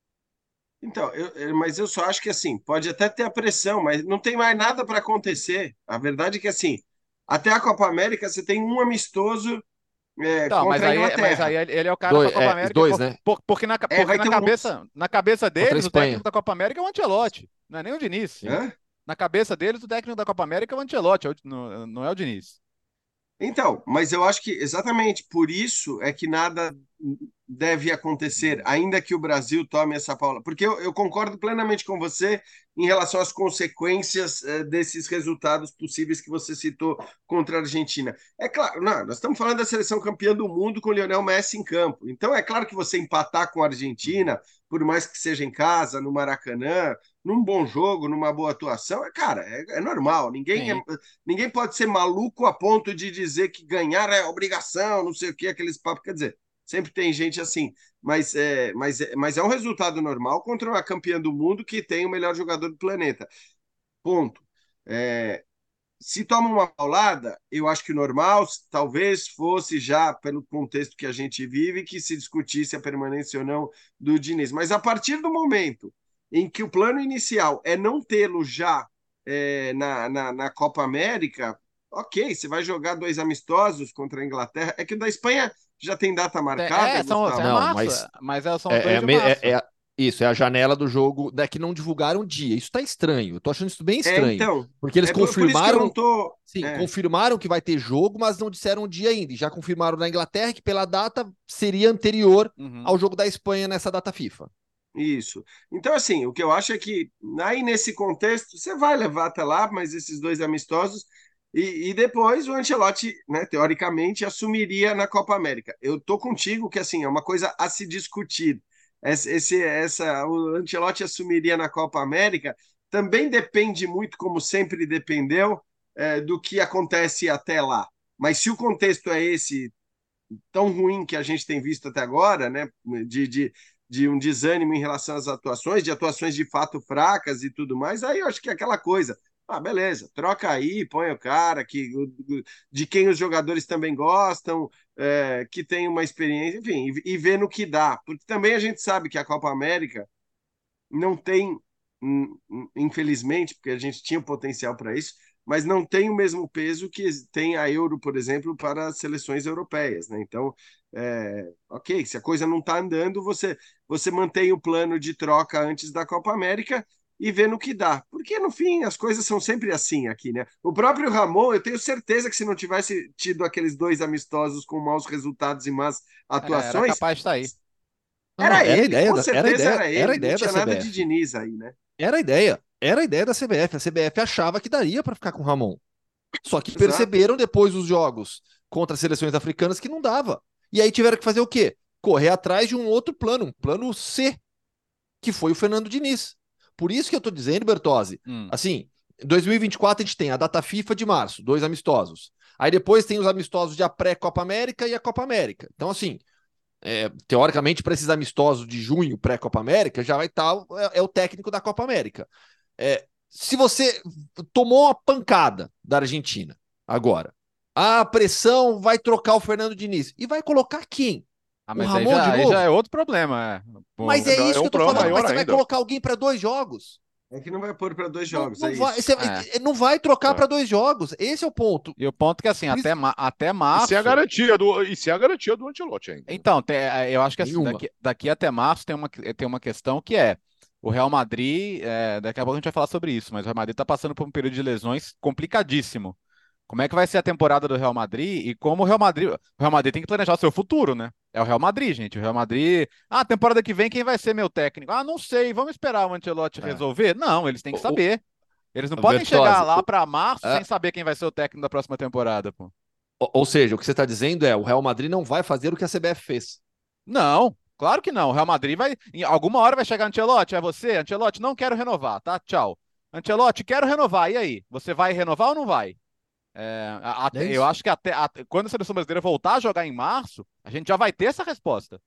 então, eu, eu- mas eu só acho que assim, pode até ter a pressão, mas não tem mais nada para acontecer. A verdade é que assim, até a Copa América você tem um amistoso é, Então, mas contra a aí, mas aí Inglaterra. ele é o cara Dois, para a Copa é, os América, dois, por- né? por- porque na, É, porque vai na ter um. cabeça, na cabeça Contra a deles, o técnico Espanha. da Copa América é o Ancelotti, não é nem o Diniz. Sim. Hã? Na cabeça deles, o técnico da Copa América é o Ancelotti, é o- não, não é o Diniz. Então, mas eu acho que exatamente por isso é que nada deve acontecer, ainda que o Brasil tome essa paula. Porque eu, eu concordo plenamente com você em relação às consequências eh, desses resultados possíveis que você citou contra a Argentina. É claro, não, nós estamos falando da seleção campeã do mundo com o Lionel Messi em campo. Então, é claro que você empatar com a Argentina, por mais que seja em casa, no Maracanã, num bom jogo, numa boa atuação, é, cara, é, é normal. Ninguém, é, Sim. ninguém pode ser maluco a ponto de dizer que ganhar é obrigação, não sei o que, aqueles papos. Quer dizer, sempre tem gente assim, mas é, mas, é, mas é um resultado normal contra uma campeã do mundo que tem o melhor jogador do planeta. Ponto. É, se toma uma paulada, eu acho que o normal talvez fosse já pelo contexto que a gente vive que se discutisse a permanência ou não do Diniz. Mas a partir do momento em que o plano inicial é não tê-lo já é, na, na, na Copa América, ok, você vai jogar dois amistosos contra a Inglaterra. É que o da Espanha já tem data Tem- marcada, É, são, é Gustavo. Não, março, mas mas é- são os é, é, dois a de me- é- março. é a- isso, é a janela do jogo, né, que não divulgaram o dia. Isso tá estranho. Eu tô achando isso bem É, estranho. então, Porque eles é por, por isso que eu não confirmaram, tô. sim, É. confirmaram que vai ter jogo, mas não disseram o dia ainda. E já confirmaram na Inglaterra que pela data seria anterior Uhum. ao jogo da Espanha nessa data FIFA. Isso. Então, assim, o que eu acho é que aí nesse contexto você vai levar até lá, mas esses dois amistosos, e, e depois o Ancelotti, né, teoricamente, assumiria na Copa América. Eu tô contigo que assim é uma coisa a se discutir. Esse, esse- essa, o Ancelotti assumiria na Copa América também depende muito, como sempre dependeu, é, do que acontece até lá. Mas se o contexto é esse tão ruim que a gente tem visto até agora, né, de, de, de um desânimo em relação às atuações, de atuações de fato fracas e tudo mais, aí eu acho que é aquela coisa. Ah, beleza, troca aí, põe o cara que, de quem os jogadores também gostam, é, que tem uma experiência, enfim, e, e vê no que dá. Porque também a gente sabe que a Copa América não tem, hum, hum, infelizmente, porque a gente tinha o potencial para isso, mas não tem o mesmo peso que tem a Euro, por exemplo, para as seleções europeias, né? Então, é, ok, se a coisa não está andando, você, você mantém o plano de troca antes da Copa América e vê no que dá. Porque, no fim, as coisas são sempre assim aqui, né? O próprio Ramon, eu tenho certeza que se não tivesse tido aqueles dois amistosos com maus resultados e más É, era atuações, capaz de estar aí. Não, não, era era a ele, ideia, com da- era a certeza ideia, era era a ele, não ideia da tinha nada de C B F. Diniz aí, né? Era a ideia. Era a ideia da C B F. A C B F achava que daria para ficar com o Ramon. Só que Exato. perceberam depois dos jogos contra as seleções africanas que não dava. E aí tiveram que fazer o quê? Correr atrás de um outro plano, um plano C, que foi o Fernando Diniz. Por isso que eu tô dizendo, Bertozzi, Hum. assim, em dois mil e vinte e quatro a gente tem a data FIFA de março, dois amistosos. Aí depois tem os amistosos de a pré-Copa América e a Copa América. Então, assim, é, teoricamente, para esses amistosos de junho, pré-Copa América, já vai estar, é, é o técnico da Copa América. É, se você tomou uma pancada da Argentina agora, a pressão vai trocar o Fernando Diniz. E vai colocar quem? Ah, O mas aí Ramon já, de aí já novo? é outro problema. É. Mas Pô, é É isso um que eu tô problema falando. Mas maior você vai ainda. colocar alguém para dois jogos? É que não vai pôr para dois Não, jogos, não é vai, isso. você- é. não vai trocar É. para dois jogos. Esse é o ponto. E o ponto é que, assim, Por até, isso, ma- até E sem a março. garantia do, e sem a garantia do Ancelotti ainda, né? Então, tem- é, eu acho que assim, nenhuma. daqui, daqui até março tem uma, tem uma questão que é o Real Madrid. É, daqui a pouco a gente vai falar sobre isso, mas o Real Madrid está passando por um período de lesões complicadíssimo. Como é que vai ser a temporada do Real Madrid e como o Real Madrid. O Real Madrid tem que planejar o seu futuro, né? É o Real Madrid, gente. O Real Madrid. Ah, temporada que vem, quem vai ser meu técnico? Ah, não sei. Vamos esperar o Ancelotti É. resolver? Não, eles têm que O, saber. Eles não o podem chegar Bertozzi, lá o- para março sem é, saber quem vai ser o técnico da próxima temporada, pô. ou ou seja, o que você está dizendo é o Real Madrid não vai fazer o que a C B F fez. Não, claro que não. O Real Madrid vai. Em alguma hora vai chegar Ancelotti, é você? Ancelotti, não quero renovar, tá? Tchau. Ancelotti, quero renovar. E aí? Você vai renovar ou não vai? É, a- É até- eu isso. acho que até, até- quando a seleção brasileira voltar a jogar em março, a gente já vai ter essa resposta.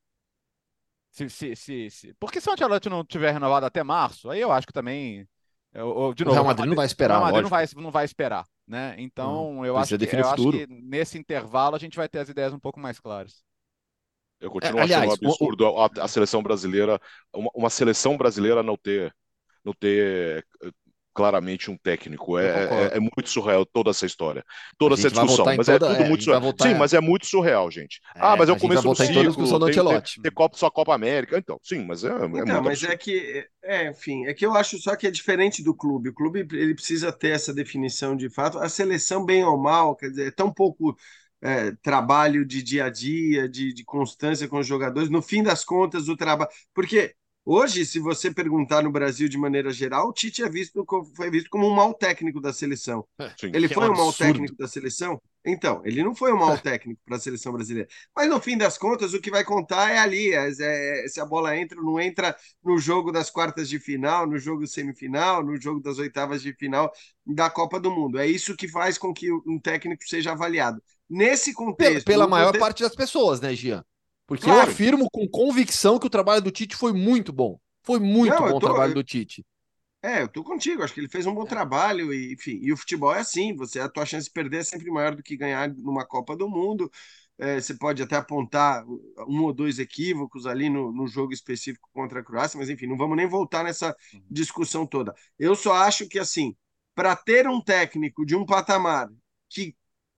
Se, se, se, se- Porque se o Ancelotti não tiver renovado até março, aí eu acho que também. eu- eu- de O novo, Real o Real Madrid não Madrid, vai o Real esperar, Madrid não vai, lógico. não vai esperar, né? Não, Então eu acho precisa que definir o eu acho futuro. que nesse intervalo a gente vai ter as ideias um pouco mais claras. Eu É, continuo achando um aliás, o, o- absurdo a, a seleção brasileira, uma, uma seleção brasileira não ter, não ter eh, claramente um técnico. eu É, é, concordo. é muito surreal toda essa história, A toda essa gente vai discussão. voltar em Mas é toda. tudo É, a muito gente vai surreal. Sim, voltar. mas é muito surreal, gente. Ah, É, mas é a o gente vai começo do voltar em toda a ciclo, discussão do tem, tem, Ancelotti. tem Copa, só Copa América. Então, sim, mas é, é Então, muito mas é absurdo. que, é, enfim, é que eu acho só que é diferente do clube. O clube ele precisa ter essa definição de fato. A seleção, bem ou mal, quer dizer, é tão pouco é, trabalho de dia a dia, de, de constância com os jogadores. No fim das contas, o trabalho. Porque hoje, se você perguntar no Brasil de maneira geral, o Tite é visto, co- foi visto como um mau técnico da seleção. É, Sim. Ele que é um foi um mau absurdo. técnico da seleção? Então, ele não foi um mau técnico para a seleção brasileira. Mas no fim das contas, o que vai contar é ali, é, é, se a bola entra ou não entra no jogo das quartas de final, no jogo semifinal, no jogo das oitavas de final da Copa do Mundo. É isso que faz com que um técnico seja avaliado. Nesse Pela, contexto, pela num maior contexto. parte das pessoas, né, Gian? Porque eu Claro, afirmo com convicção que o trabalho do Tite foi muito bom. Foi muito não, eu bom o tô, trabalho do Tite. é, eu tô contigo, acho que ele fez um bom trabalho, e, enfim, e o futebol é assim, você, a tua chance de perder é sempre maior do que ganhar numa Copa do Mundo. É, você pode até apontar um ou dois equívocos ali no, no jogo específico contra a Croácia, mas enfim, não vamos nem voltar nessa Uhum. discussão toda. Eu só acho que, assim, para ter um técnico de um patamar que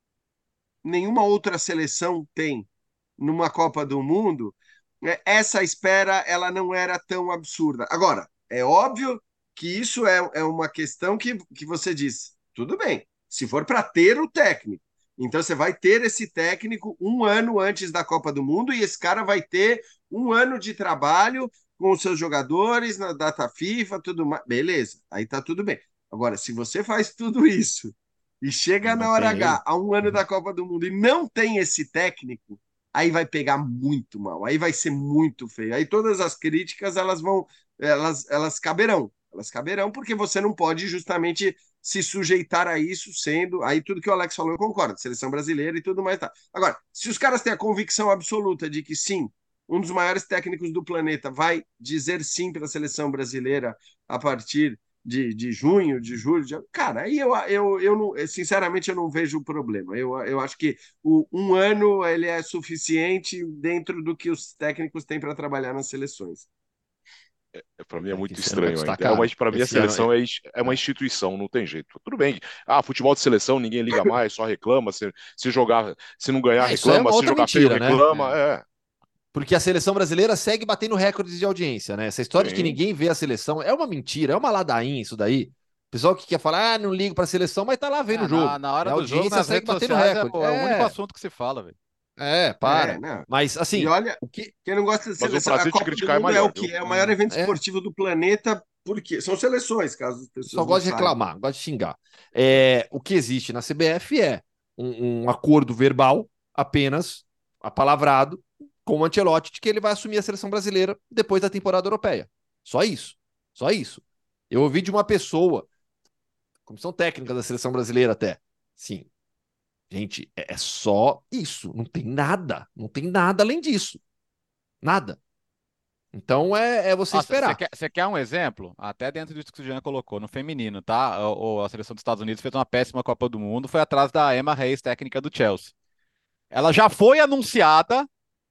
nenhuma outra seleção tem numa Copa do Mundo, né, essa espera ela não era tão absurda. Agora, é óbvio que isso é, é uma questão que, que você diz, tudo bem, se for para ter o técnico, então você vai ter esse técnico um ano antes da Copa do Mundo e esse cara vai ter um ano de trabalho com os seus jogadores, na data FIFA, tudo mais. Beleza, aí tá tudo bem. Agora, se você faz tudo isso e chega Não na hora tem ele. H, a um ano da Copa do Mundo, e não tem esse técnico, aí vai pegar muito mal, aí vai ser muito feio. Aí todas as críticas, elas vão, elas, elas caberão, elas caberão, porque você não pode justamente se sujeitar a isso, sendo, aí tudo que o Alex falou eu concordo, seleção brasileira e tudo mais, tá. Agora, se os caras têm a convicção absoluta de que sim, um dos maiores técnicos do planeta vai dizer sim para a seleção brasileira a partir de, de junho, de julho, de... cara, aí eu, eu, eu não, sinceramente eu não vejo o problema. Eu, eu acho que o, um ano ele é suficiente dentro do que os técnicos têm para trabalhar nas seleções. Para mim é É que muito esse ano vai estranho custar ainda. É uma, caro. para mim a Esse ano seleção é. é, ins- é uma É. instituição, não tem jeito. Tudo bem. Ah, futebol de seleção, ninguém liga mais, só reclama. Se, se jogar, se não ganhar, É, isso aí é reclama. uma Se outra jogar feio, mentira, né? reclama. É. É, Porque a seleção brasileira segue batendo recordes de audiência, né? Essa história de que sim. ninguém vê a seleção é uma mentira, é uma ladainha isso daí. Pessoal que quer falar, ah, não ligo pra seleção, mas tá lá vendo É, o na, jogo. na E hora a do jogo, audiência nas segue redes batendo sociais, é, recorde. o é o único É, assunto que se fala, velho. é, É, para. não. Mas, E assim, olha, o que. quem não gosta de Mas o seleção, a prazer de te Copa do criticar é Mundo é o maior, que viu? é o maior É. evento É, esportivo do planeta, porque são seleções, caso as só pessoas não gosta de saibam. reclamar, gosta de xingar. É, o que existe na C B F é um, um acordo verbal, apenas apalavrado, com o Ancelotti, de que ele vai assumir a seleção brasileira depois da temporada europeia. Só isso. Só isso. Eu ouvi de uma pessoa, comissão técnica da seleção brasileira até. Sim, gente, é, é só isso. Não tem nada. Não tem nada além disso. Nada. Então é, é você Você esperar. quer, você quer um exemplo? Até dentro disso que o Jean colocou, no feminino, tá? O, o- a seleção dos Estados Unidos fez uma péssima Copa do Mundo, foi atrás da Emma Hayes, técnica do Chelsea. Ela já foi anunciada,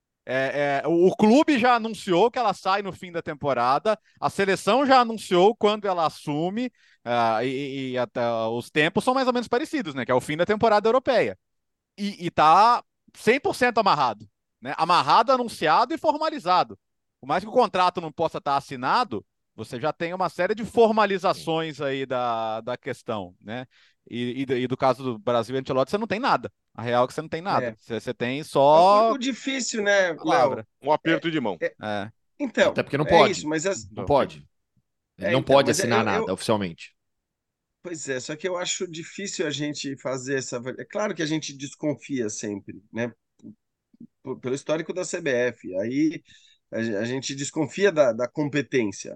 é, é, o, o clube já anunciou que ela sai no fim da temporada, a seleção já anunciou quando ela assume, ah, e, e até, os tempos são mais ou menos parecidos, né? Que é o fim da temporada europeia. E, e tá cem por cento amarrado, né? Amarrado, anunciado e formalizado. Por mais que o contrato não possa estar assinado, você já tem uma série de formalizações aí da, da questão, né? E, e, e do caso do Brasil e Ancelotti, você não tem nada. A real é que você não tem nada. É. Você, você tem O, só o difícil, né, Léo? palavra. Um É, aperto de mão. é- É. Até então, porque não é isso, pode. mas as, Não Então, pode. Ele é, não então, pode mas assinar eu, eu, nada oficialmente. pois é, só que eu acho difícil a gente fazer essa. É claro que a gente desconfia sempre, né? P- Pelo histórico da C B F. Aí a ge- a gente desconfia da, da competência,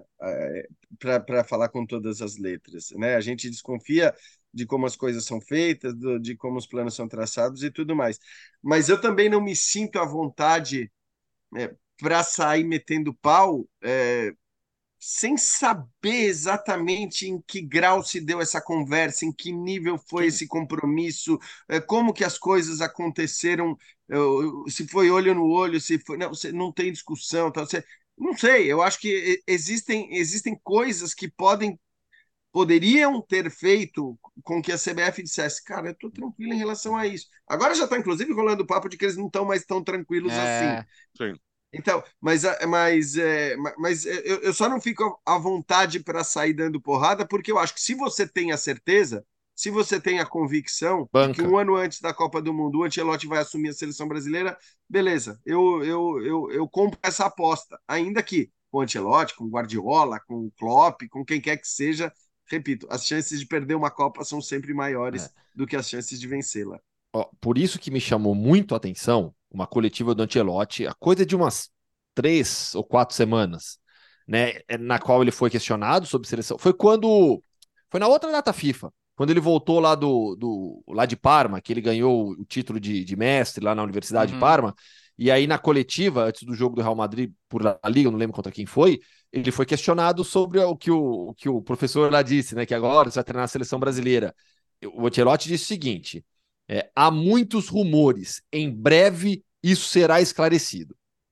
para falar com todas as letras, né? A gente desconfia de como as coisas são feitas, do- de como os planos são traçados e tudo mais. Mas eu também não me sinto à vontade, para sair metendo pau, é, sem saber exatamente em que grau se deu essa conversa, em que nível foi Sim. esse compromisso, eh, como que as coisas aconteceram, eu- se foi olho no olho, se foi, não, você não tem discussão, tá, você, não sei, eu acho que e- existem existem coisas que podem poderiam ter feito com que a C B F dissesse, cara, eu estou tranquilo em relação a isso. Agora já está inclusive rolando o papo de que eles não estão mais tão tranquilos assim. É, Sim. Então, mas, mas, é, mas eu, eu só não fico à vontade para sair dando porrada, porque eu acho que se você tem a certeza, se você tem a convicção de que Banca. um ano antes da Copa do Mundo o Ancelotti vai assumir a seleção brasileira, beleza, eu, eu, eu, eu compro essa aposta. Ainda que com o Ancelotti, com o Guardiola, com o Klopp, com quem quer que seja, repito, as chances de perder uma Copa são sempre É. maiores do que as chances de vencê-la. Ó, por isso que me chamou muito a atenção uma coletiva do Ancelotti, a coisa de umas três ou quatro semanas, né, é, na qual ele foi questionado sobre seleção. Foi quando, foi na outra data FIFA, quando ele voltou lá do, do lá de Parma, que ele ganhou o título de, de mestre lá na Universidade de uhum. Parma. E aí na coletiva, antes do jogo do Real Madrid por La Liga, eu não lembro contra quem foi, ele foi questionado sobre o que o, o que o professor lá disse, né, que agora você vai treinar a seleção brasileira. O Ancelotti disse o seguinte: é, há muitos rumores. Em breve isso será esclarecido.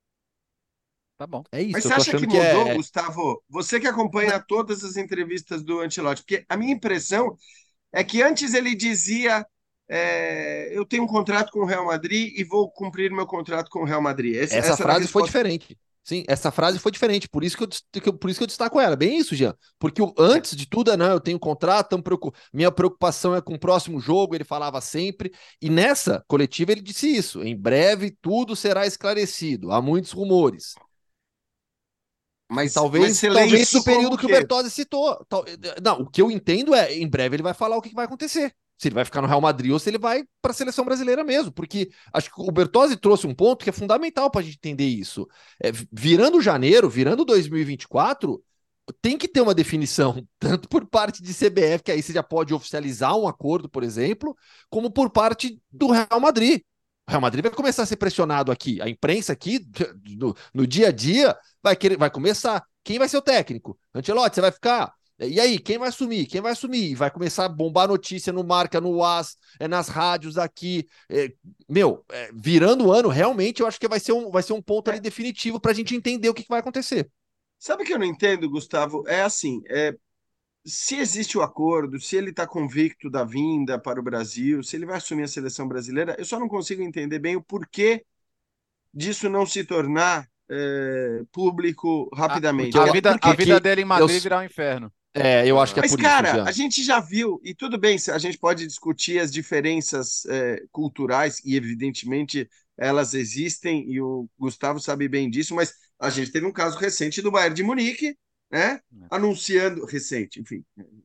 Tá bom. É isso, Mas eu você tô acha achando que que mudou, é. Gustavo? Você que acompanha todas as entrevistas do Ancelotti, porque a minha impressão é que antes ele dizia: é, eu tenho um contrato com o Real Madrid e vou cumprir meu contrato com o Real Madrid. Essa, Essa essa era a frase foi resposta. diferente. Sim, essa frase foi diferente. Por isso que eu, des- que eu- por isso que eu destaco ela. Bem isso, Jean. Porque o- antes de tudo, é, não, eu tenho um contrato, tamo preocu- minha preocupação é com o próximo jogo, ele falava sempre. E nessa coletiva ele disse isso. Em breve tudo será esclarecido. Há muitos rumores. Mas, Talvez, mas você lê talvez isso no período como que o quê? Bertozzi citou. Tal- Não, o que eu entendo é, em breve ele vai falar o que que vai acontecer. Se ele vai ficar no Real Madrid ou se ele vai para a seleção brasileira mesmo. Porque acho que o Bertozzi trouxe um ponto que é fundamental para a gente entender isso. É, virando janeiro, virando dois mil e vinte e quatro, tem que ter uma definição, tanto por parte de C B F, que aí você já pode oficializar um acordo, por exemplo, como por parte do Real Madrid. O Real Madrid vai começar a ser pressionado aqui. A imprensa aqui, no, no dia a dia, vai, querer, vai começar. Quem vai ser o técnico? Ancelotti, você vai ficar? E aí, quem vai assumir? Quem vai assumir? Vai começar a bombar notícia no Marca, no U A S, é, nas rádios aqui. É, meu, é, virando o ano, realmente eu acho que vai ser um, vai ser um ponto ali É, definitivo para a gente entender o que, que vai acontecer. sabe o que eu não entendo, Gustavo? É assim, é, se existe o acordo, se ele está convicto da vinda para o Brasil, se ele vai assumir a seleção brasileira, eu só não consigo entender bem o porquê disso não se tornar é, público Ah, porque rapidamente. A eu, É, vida, a porque, vida porque dele em eu, Madrid virá um inferno. é, eu acho que é Aham. mas, por isso, cara, Jean. a gente já viu, e tudo bem, a gente pode discutir as diferenças é, culturais, e evidentemente elas existem, e o Gustavo sabe bem disso, mas a gente teve um caso recente do Bayern de Munique, né? Anunciando, recente, enfim,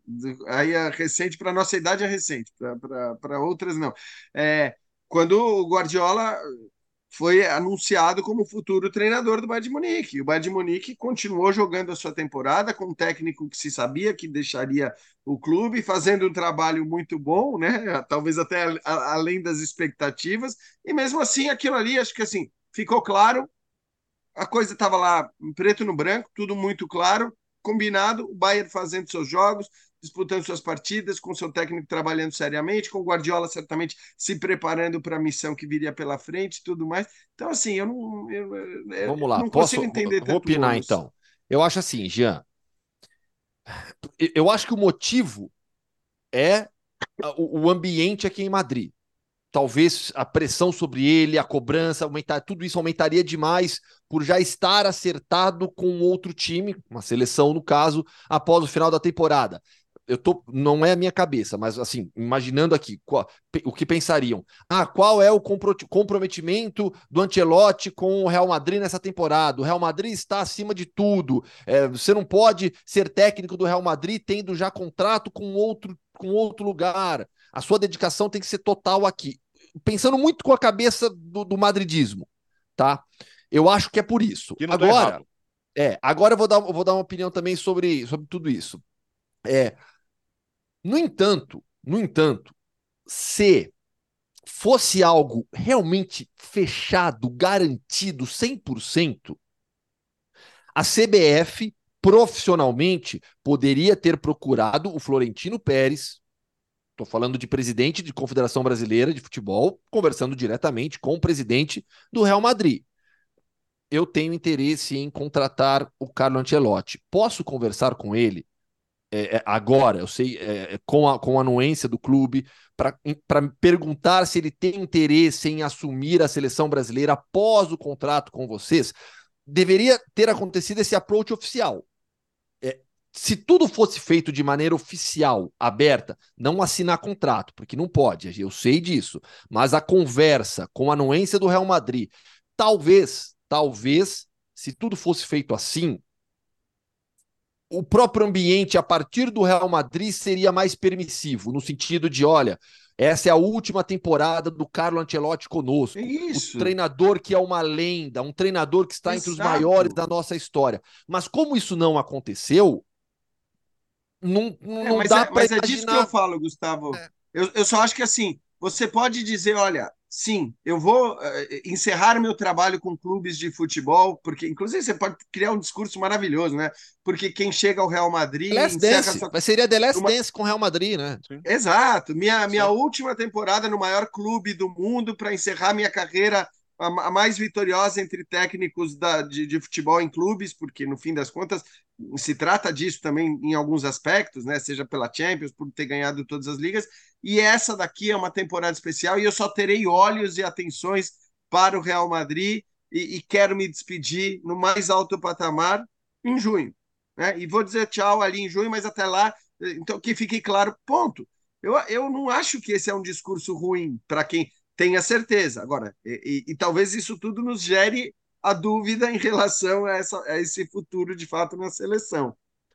aí é recente para nossa idade é recente, para outras não. É, quando o Guardiola foi anunciado como futuro treinador do Bayern de Munique. E o Bayern de Munique continuou jogando a sua temporada com um técnico que se sabia que deixaria o clube, fazendo um trabalho muito bom, né? Talvez até a, a, além das expectativas. E mesmo assim, aquilo ali, acho que assim, ficou claro, a coisa estava lá preto no branco, tudo muito claro, combinado, o Bayern fazendo seus jogos, disputando suas partidas, com seu técnico trabalhando seriamente, com o Guardiola certamente se preparando para a missão que viria pela frente e tudo mais. Então, assim, eu não, eu, eu Vamos lá, não consigo posso? entender Vou tanto opinar ônus. então. Eu acho assim, Jean. Eu acho que o motivo é o, o ambiente aqui em Madrid. Talvez a pressão sobre ele, a cobrança, aumentar, tudo isso aumentaria demais por já estar acertado com outro time, uma seleção no caso, após o final da temporada. Eu tô, não é a minha cabeça, mas assim, imaginando aqui, qual, o que pensariam? Ah, qual é o comprometimento do Ancelotti com o Real Madrid nessa temporada? O Real Madrid está acima de tudo. É, você não pode ser técnico do Real Madrid tendo já contrato com outro, com outro lugar. A sua dedicação tem que ser total aqui. Pensando muito com a cabeça do, do madridismo, tá? Eu acho que é por isso. Que não tá Agora, errado. é, agora eu vou dar, eu vou dar uma opinião também sobre, sobre tudo isso. É, no entanto, no entanto, se fosse algo realmente fechado, garantido, cem por cento, a C B F profissionalmente poderia ter procurado o Florentino Pérez. Estou falando de presidente de Confederação Brasileira de Futebol, conversando diretamente com o presidente do Real Madrid. Eu tenho interesse em contratar o Carlo Ancelotti. Posso conversar com ele é, é, agora? Eu sei, é, com, a, com a anuência do clube, para perguntar se ele tem interesse em assumir a seleção brasileira após o contrato com vocês. Deveria ter acontecido esse approach oficial. É, se tudo fosse feito de maneira oficial, aberta, não assinar contrato, porque não pode, eu sei disso, mas a conversa com a anuência do Real Madrid, talvez, talvez, se tudo fosse feito assim, o próprio ambiente a partir do Real Madrid seria mais permissivo, no sentido de, olha, essa é a última temporada do Carlo Ancelotti É conosco, o isso, treinador que é uma lenda, um treinador que está entre os maiores exato. da nossa história. Mas como isso não aconteceu, não, É, não mas, dá é, para mas é disso que eu imaginar. falo, Gustavo. Eu, eu só acho que assim, você pode dizer, olha, sim, eu vou eh, encerrar meu trabalho com clubes de futebol, porque inclusive você pode criar um discurso maravilhoso, né? Porque quem chega ao Real The Madrid Last encerra Dance, sua. vai seria The Last Numa... Dance com o Real Madrid, né? Sim, Exato, minha, minha sim. última temporada no maior clube do mundo para encerrar minha carreira a, a mais vitoriosa entre técnicos da, de, de futebol em clubes, porque no fim das contas se trata disso também em alguns aspectos, né? Seja pela Champions, por ter ganhado todas as ligas. E essa daqui é uma temporada especial e eu só terei olhos e atenções para o Real Madrid e, e quero me despedir no mais alto patamar em junho. Né? E vou dizer tchau ali em junho, mas até lá, então que fique claro, ponto. Eu, eu não acho que esse é um discurso ruim para quem tenha certeza. Agora, e, e, e talvez isso tudo nos gere a dúvida em relação a, essa, a esse futuro de fato na seleção.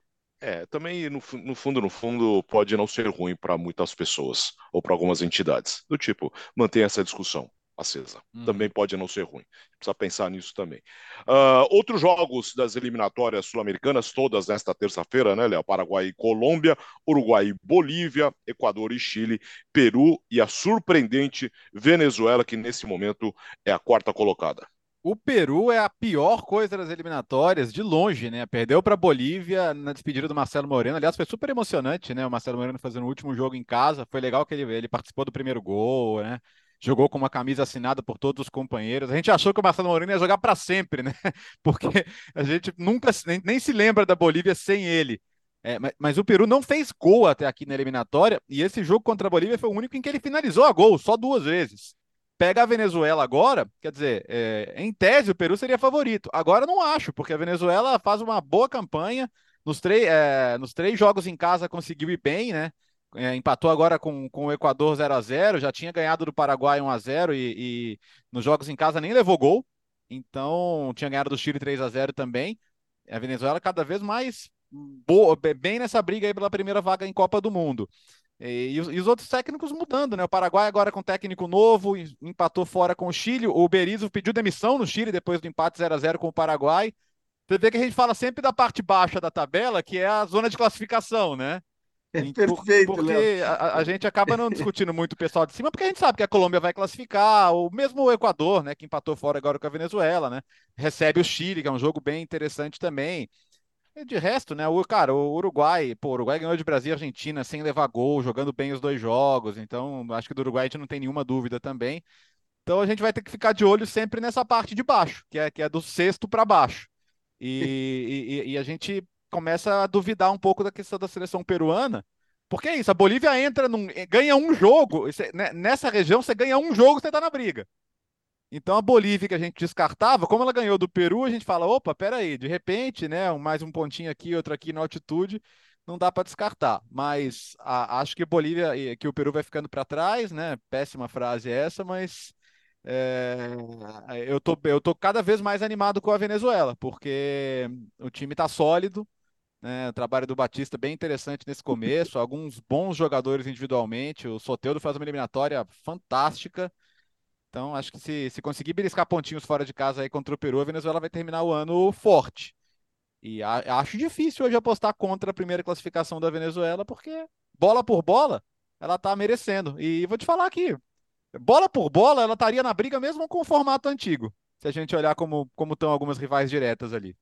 É, também no, fu- no fundo, no fundo, pode não ser ruim para muitas pessoas ou para algumas entidades. Do tipo, manter essa discussão acesa. Também Uhum. pode não ser ruim. Precisa pensar nisso também. Ah, outros jogos das eliminatórias sul-americanas, todas nesta terça-feira, né, Léo? Paraguai e Colômbia, Uruguai e Bolívia, Equador e Chile, Peru e a surpreendente Venezuela, que nesse momento é a quarta colocada. O Peru é a pior coisa das eliminatórias, de longe, né? Perdeu para a Bolívia na despedida do Marcelo Moreno. Aliás, foi super emocionante, né? O Marcelo Moreno fazendo o último jogo em casa. Foi legal que ele, ele participou do primeiro gol, né? Jogou com uma camisa assinada por todos os companheiros. A gente achou que o Marcelo Moreno ia jogar para sempre, né? Porque a gente nunca nem, nem se lembra da Bolívia sem ele. É, mas, mas o Peru não fez gol até aqui na eliminatória, e esse jogo contra a Bolívia foi o único em que ele finalizou a gol, só duas vezes. Pega a Venezuela agora, quer dizer, é, em tese o Peru seria favorito. Agora não acho, porque a Venezuela faz uma boa campanha. Nos, é, nos três jogos em casa conseguiu ir bem, né? É, empatou agora com, com o Equador zero a zero, já tinha ganhado do Paraguai um a zero e, e nos jogos em casa nem levou gol. Então tinha ganhado do Chile três a zero também. A Venezuela cada vez mais boa, bem nessa briga aí pela primeira vaga em Copa do Mundo. E, e os, e os outros técnicos mudando, né? O Paraguai agora com técnico novo, empatou fora com o Chile. O Berizzo pediu demissão no Chile depois do empate zero a zero com o Paraguai. Você vê que a gente fala sempre da parte baixa da tabela, que é a zona de classificação, né? É E por- perfeito, Léo. porque a, a gente acaba não discutindo muito o pessoal de cima, porque a gente sabe que a Colômbia vai classificar, ou mesmo o Equador, né? Que empatou fora agora com a Venezuela, né? Recebe o Chile, que é um jogo bem interessante também. E de resto, né? O, cara, o Uruguai, pô, o Uruguai ganhou de Brasil e Argentina sem levar gol, jogando bem os dois jogos. Então, acho que do Uruguai a gente não tem nenhuma dúvida também. Então, a gente vai ter que ficar de olho sempre nessa parte de baixo, que é, que é do sexto para baixo. E, e, e a gente começa a duvidar um pouco da questão da seleção peruana, porque é isso, a Bolívia entra num, ganha um jogo, você- né, nessa região você ganha um jogo, você tá na briga. Então a Bolívia que a gente descartava, como ela ganhou do Peru, a gente fala, opa, peraí, de repente, né, um- mais um pontinho aqui, outro aqui na altitude, não dá para descartar. Mas a- acho que a Bolívia, e- que o Peru vai ficando para trás, né? Péssima frase essa, mas é, eu tô, eu tô cada vez mais animado com a Venezuela, porque o time tá sólido, né? O trabalho do Batista bem interessante nesse começo, alguns bons jogadores individualmente, o Soteldo faz uma eliminatória fantástica. Então, acho que se, se conseguir beliscar pontinhos fora de casa aí contra o Peru, a Venezuela vai terminar o ano forte. E a- acho difícil hoje apostar contra a primeira classificação da Venezuela, porque bola por bola, ela tá merecendo. E vou te falar aqui, bola por bola, ela estaria na briga mesmo com o formato antigo, se a gente olhar como como estão algumas rivais diretas ali.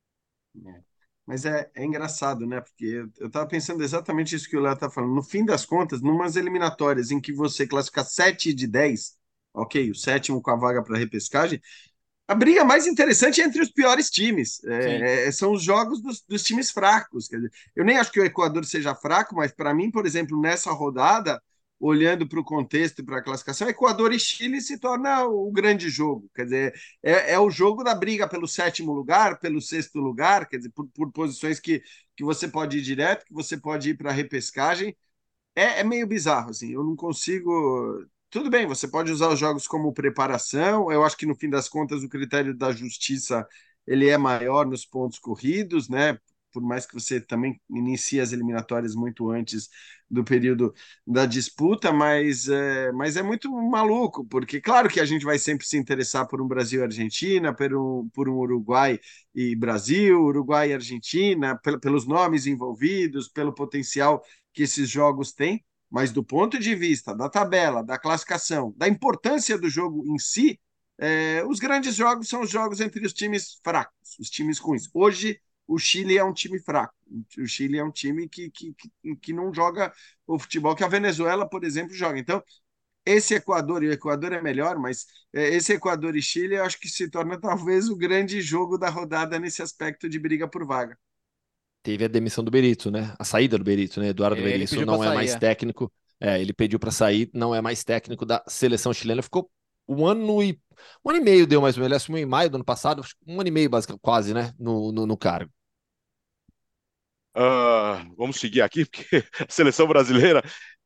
É. Mas é, é engraçado, né? Porque eu, eu tava pensando exatamente isso que o Léo tá falando. No fim das contas, numas eliminatórias em que você classifica sete de dez, ok, o sétimo com a vaga para repescagem, a briga mais interessante é entre os piores times. Sim. É, é, são os jogos dos, dos times fracos. Quer dizer, eu nem acho que o Equador seja fraco, mas para mim, por exemplo, nessa rodada, olhando para o contexto e para a classificação, Equador e Chile se torna o grande jogo. Quer dizer, é, é o jogo da briga pelo sétimo lugar, pelo sexto lugar, quer dizer, por, por posições que, que você pode ir direto, que você pode ir para a repescagem. É, é meio bizarro, assim, eu não consigo. Tudo bem, você pode usar os jogos como preparação. Eu acho que no fim das contas o critério da justiça ele é maior nos pontos corridos, né? Por mais que você também inicie as eliminatórias muito antes do período da disputa, mas é, mas é muito maluco, porque claro que a gente vai sempre se interessar por um Brasil e Argentina, por um, por um Uruguai e Brasil, Uruguai e Argentina, pel, pelos nomes envolvidos, pelo potencial que esses jogos têm, mas do ponto de vista da tabela, da classificação, da importância do jogo em si, é, os grandes jogos são os jogos entre os times fracos, os times ruins. Hoje, o Chile é um time fraco. O Chile é um time que, que, que, que não joga o futebol que a Venezuela, por exemplo, joga. Então, esse Equador, e o Equador é melhor, mas é, esse Equador e Chile, eu acho que se torna talvez o grande jogo da rodada nesse aspecto de briga por vaga. Teve a demissão do Berizzo, né? A saída do Berizzo, né? Eduardo Ele, ele Berizzo pediu para não é sair. mais É. técnico. É, ele pediu para sair, não é mais técnico da seleção chilena. Ficou um ano e um ano e meio deu mais ou menos. Ele assumiu em maio do ano passado, um ano e meio basicamente, quase, né? No, no, no cargo. Ah, vamos seguir aqui, porque a seleção brasileira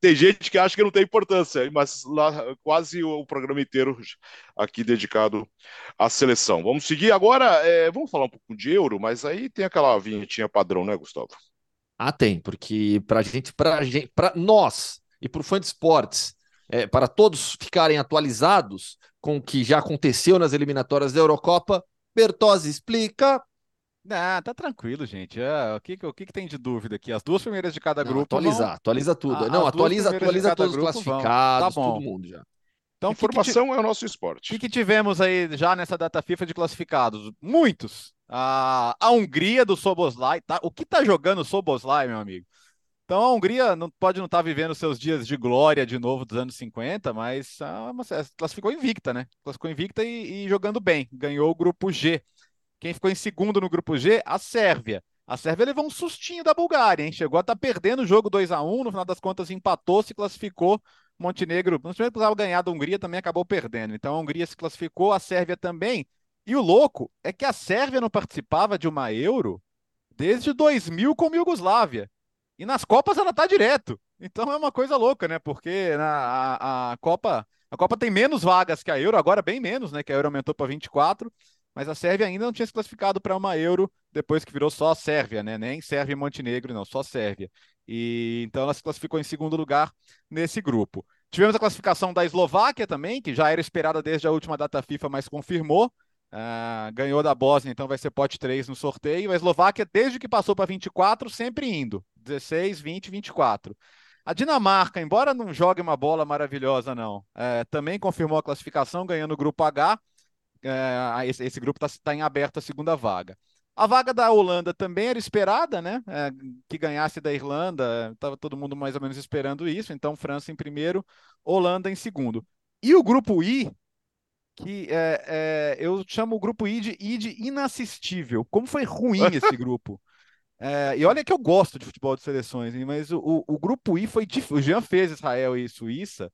tem gente que acha que não tem importância, mas lá quase o programa inteiro aqui dedicado à seleção. Vamos seguir agora, é, vamos falar um pouco de Euro, mas aí tem aquela vinhetinha padrão, né, Gustavo? Ah, tem, porque para gente, para gente, para nós e para o fã de esportes, é, para todos ficarem atualizados com o que já aconteceu nas eliminatórias da Eurocopa, Bertozzi explica. Ah, tá tranquilo, gente. É, o que, o que que tem de dúvida aqui? As duas primeiras de cada Não, grupo vão. atualizar, atualiza tudo. a- Não, As duas atualiza, primeiras de atualiza cada todos os grupo vão. Tá classificados, todo bom. mundo já. Então, o que que, ti- Informação é o nosso o que esporte. que tivemos aí já nessa data FIFA de classificados? Muitos. A, a Hungria do Soboslai. Tá, o que tá jogando o Soboslai, meu amigo? Então, a Hungria não, pode não estar vivendo seus dias de glória de novo dos anos cinquenta, mas ah, mas, é, classificou invicta, né? Classificou invicta e, e jogando bem. Ganhou o grupo G. Quem ficou em segundo no grupo G? A Sérvia. A Sérvia levou um sustinho da Bulgária, hein? Chegou a estar perdendo o jogo dois a um, no final das contas empatou, se classificou. Montenegro, Montenegro precisava ganhar da Hungria, também acabou perdendo. Então a Hungria se classificou, a Sérvia também. E o louco é que a Sérvia não participava de uma Euro desde dois mil com a Iugoslávia. E nas Copas ela tá direto. Então é uma coisa louca, né? Porque na, a, a Copa, a Copa tem menos vagas que a Euro, agora bem menos, né? Que a Euro aumentou para vinte e quatro, mas a Sérvia ainda não tinha se classificado para uma Euro depois que virou só a Sérvia, né? Nem Sérvia e Montenegro, não, só Sérvia. E então ela se classificou em segundo lugar nesse grupo. Tivemos a classificação da Eslováquia também, que já era esperada desde a última data FIFA, mas confirmou. Ah, ganhou da Bósnia, então vai ser pote três no sorteio. A Eslováquia, desde que passou para vinte e quatro, sempre indo. dezesseis, vinte, vinte e quatro. A Dinamarca, embora não jogue uma bola maravilhosa, não, é, também confirmou a classificação, ganhando o grupo H. É, esse, esse, grupo está tá em aberto a segunda vaga. A vaga da Holanda também era esperada, né? É, que ganhasse da Irlanda, estava todo mundo mais ou menos esperando isso. Então, França em primeiro, Holanda em segundo. E o grupo I, que é, é, eu chamo o grupo I de, I de inassistível. Como foi ruim esse grupo. É, e olha que eu gosto de futebol de seleções, hein, mas o, o, o grupo I foi difícil. O Jean fez Israel e Suíça,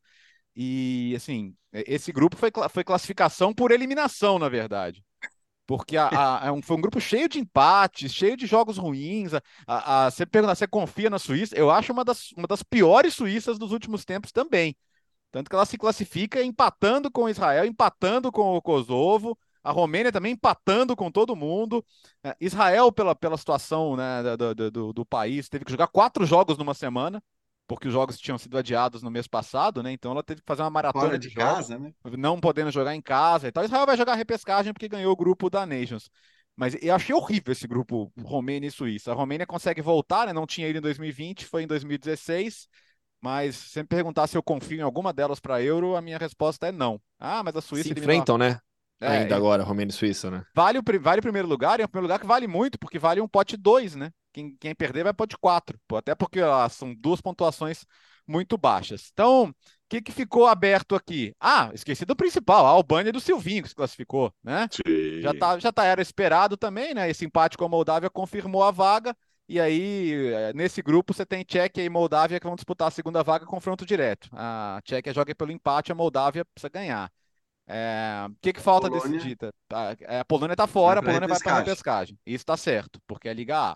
e assim, esse grupo foi, foi classificação por eliminação, na verdade. Porque a, a, é um, foi um grupo cheio de empates, cheio de jogos ruins. A, a, a, você pergunta, você confia na Suíça? Eu acho uma das, uma das piores Suíças dos últimos tempos também. Tanto que ela se classifica empatando com Israel, empatando com o Kosovo, a Romênia também empatando com todo mundo. É, Israel, pela, pela situação, né, do, do, do, do país, teve que jogar quatro jogos numa semana, porque os jogos tinham sido adiados no mês passado, né? Então ela teve que fazer uma maratona Fora de, de jogos, casa, né? não podendo jogar em casa e tal. Israel vai jogar repescagem porque ganhou o grupo da Nations. Mas eu achei horrível esse grupo Romênia e Suíça. A Romênia consegue voltar, né? Não tinha ido em dois mil e vinte, foi em dois mil e dezesseis. Mas se me perguntar se eu confio em alguma delas para Euro, a minha resposta é não. Ah, mas a Suíça Se eliminou. enfrentam, né? É, Ainda ele- agora, Romênia e Suíça, né? vale o, pri- vale o primeiro lugar, e é o primeiro lugar que vale muito, porque vale um pote dois, né? Quem, quem perder vai pote quatro, pô, até porque ah, são duas pontuações muito baixas. Então, o que, que ficou aberto aqui? Ah, esqueci do principal, a Albânia do Silvinho que se classificou, né? Já Sim. tá, já tá, era esperado também, né? Esse empate com a Moldávia confirmou a vaga. E aí, eh, nesse grupo, você tem Tchequia e Moldávia que vão disputar a segunda vaga, confronto direto. A Tchequia joga pelo empate, a Moldávia precisa ganhar. É, o que, que falta Polônia decidir? Tá? A, é, a Polônia está vai fora, a para Polônia vai para a repescagem. repescagem. Isso está certo, porque é Liga A.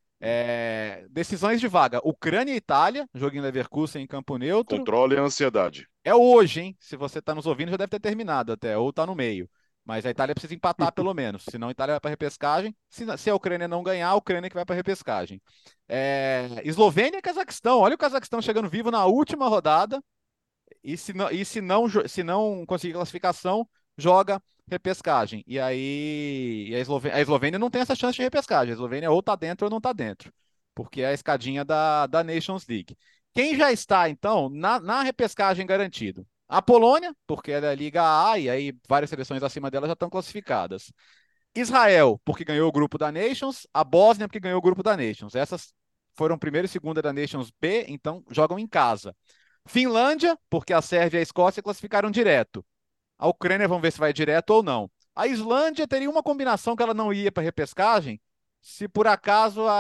É, decisões de vaga: Ucrânia e Itália, jogo em Leverkusen em campo neutro. Controle a ansiedade. É hoje, hein? Se você está nos ouvindo, já deve ter terminado até, ou está no meio. Mas a Itália precisa empatar pelo menos, senão a Itália vai para repescagem. Se, se a Ucrânia não ganhar, a Ucrânia que vai para repescagem. É, Eslovênia e Cazaquistão. Olha o Cazaquistão chegando vivo na última rodada. E se não, e se não, jo- se não conseguir classificação, joga repescagem. E aí e a Eslovênia, a Eslovênia não tem essa chance de repescagem. A Eslovênia ou tá dentro ou não tá dentro. Porque é a escadinha da, da Nations League. Quem já está, então, na, na repescagem garantido? A Polônia, porque ela é Liga A, e aí várias seleções acima dela já estão classificadas. Israel, porque ganhou o grupo da Nations. A Bósnia, porque ganhou o grupo da Nations. Essas foram primeira e segunda da Nations B, então jogam em casa. Finlândia, porque a Sérvia e a Escócia classificaram direto. A Ucrânia, vamos ver se vai direto ou não. A Islândia teria uma combinação que ela não ia para repescagem, se por acaso a,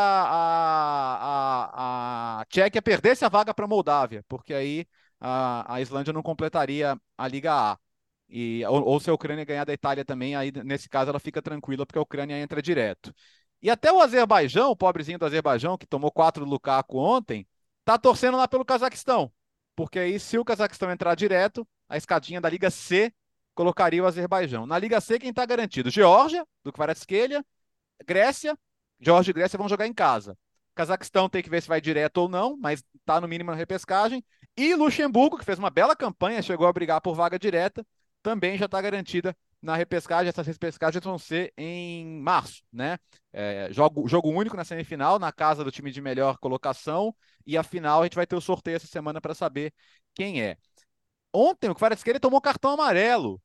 a, a, a Tchequia perdesse a vaga para a Moldávia, porque aí a, a Islândia não completaria a Liga A. E, ou, ou se a Ucrânia ganhar da Itália também, aí nesse caso ela fica tranquila, porque a Ucrânia entra direto. E até o Azerbaijão, o pobrezinho do Azerbaijão, que tomou quatro do Lukaku ontem, tá torcendo lá pelo Cazaquistão. porque aí se o Cazaquistão entrar direto, a escadinha da Liga C colocaria o Azerbaijão. Na Liga C, quem está garantido? Geórgia, do Kvaratskhelia, Grécia, Geórgia e Grécia vão jogar em casa. Cazaquistão tem que ver se vai direto ou não, mas está no mínimo na repescagem. E Luxemburgo, que fez uma bela campanha, chegou a brigar por vaga direta, também já está garantida na repescagem. Essas repescagens vão ser em março, né? É, jogo, jogo único na semifinal, na casa do time de melhor colocação, e a final a gente vai ter o sorteio essa semana para saber quem é. Ontem o Kvaratskhelia tomou cartão amarelo.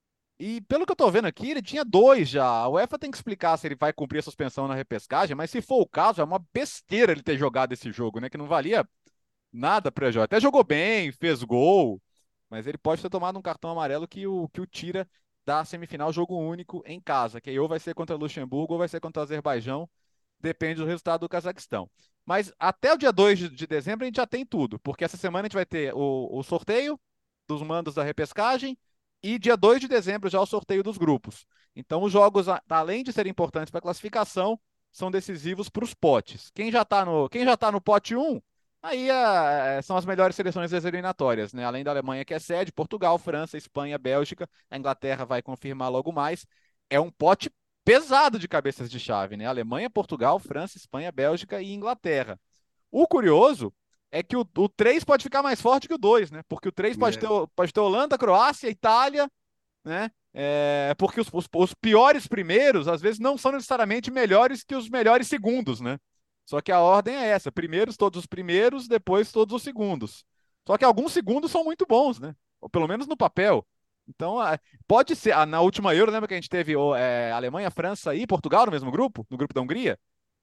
E pelo que eu tô vendo aqui, ele tinha dois já. A UEFA tem que explicar se ele vai cumprir a suspensão na repescagem, mas se for o caso, é uma besteira ele ter jogado esse jogo, né? Que não valia nada pra jogar. Até jogou bem, fez gol, mas ele pode ter tomado um cartão amarelo que o, que o tira da semifinal, jogo único em casa, que aí ou vai ser contra o Luxemburgo ou vai ser contra o Azerbaijão, depende do resultado do Cazaquistão. Mas até o dia dois de, de dezembro a gente já tem tudo, porque essa semana a gente vai ter o, o sorteio dos mandos da repescagem, e dia dois de dezembro já o sorteio dos grupos. Então os jogos, além de serem importantes para a classificação, são decisivos para os potes. Quem já está no, quem já tá no pote um, aí é, são as melhores seleções das eliminatórias, né? Além da Alemanha, que é sede, Portugal, França, Espanha, Bélgica, a Inglaterra vai confirmar logo mais. É um pote pesado de cabeças de chave, né? Alemanha, Portugal, França, Espanha, Bélgica e Inglaterra. O curioso é que o, o três pode ficar mais forte que o dois, né? Porque o três pode, É. ter, pode ter Holanda, Croácia, Itália, né? É, porque os, os, os piores primeiros, às vezes, não são necessariamente melhores que os melhores segundos, né? Só que a ordem é essa: primeiros, todos os primeiros, depois todos os segundos. Só que alguns segundos são muito bons, né? Ou pelo menos no papel. Então, pode ser. Na última Euro, lembra que a gente teve é, Alemanha, França e Portugal no mesmo grupo? No grupo da Hungria?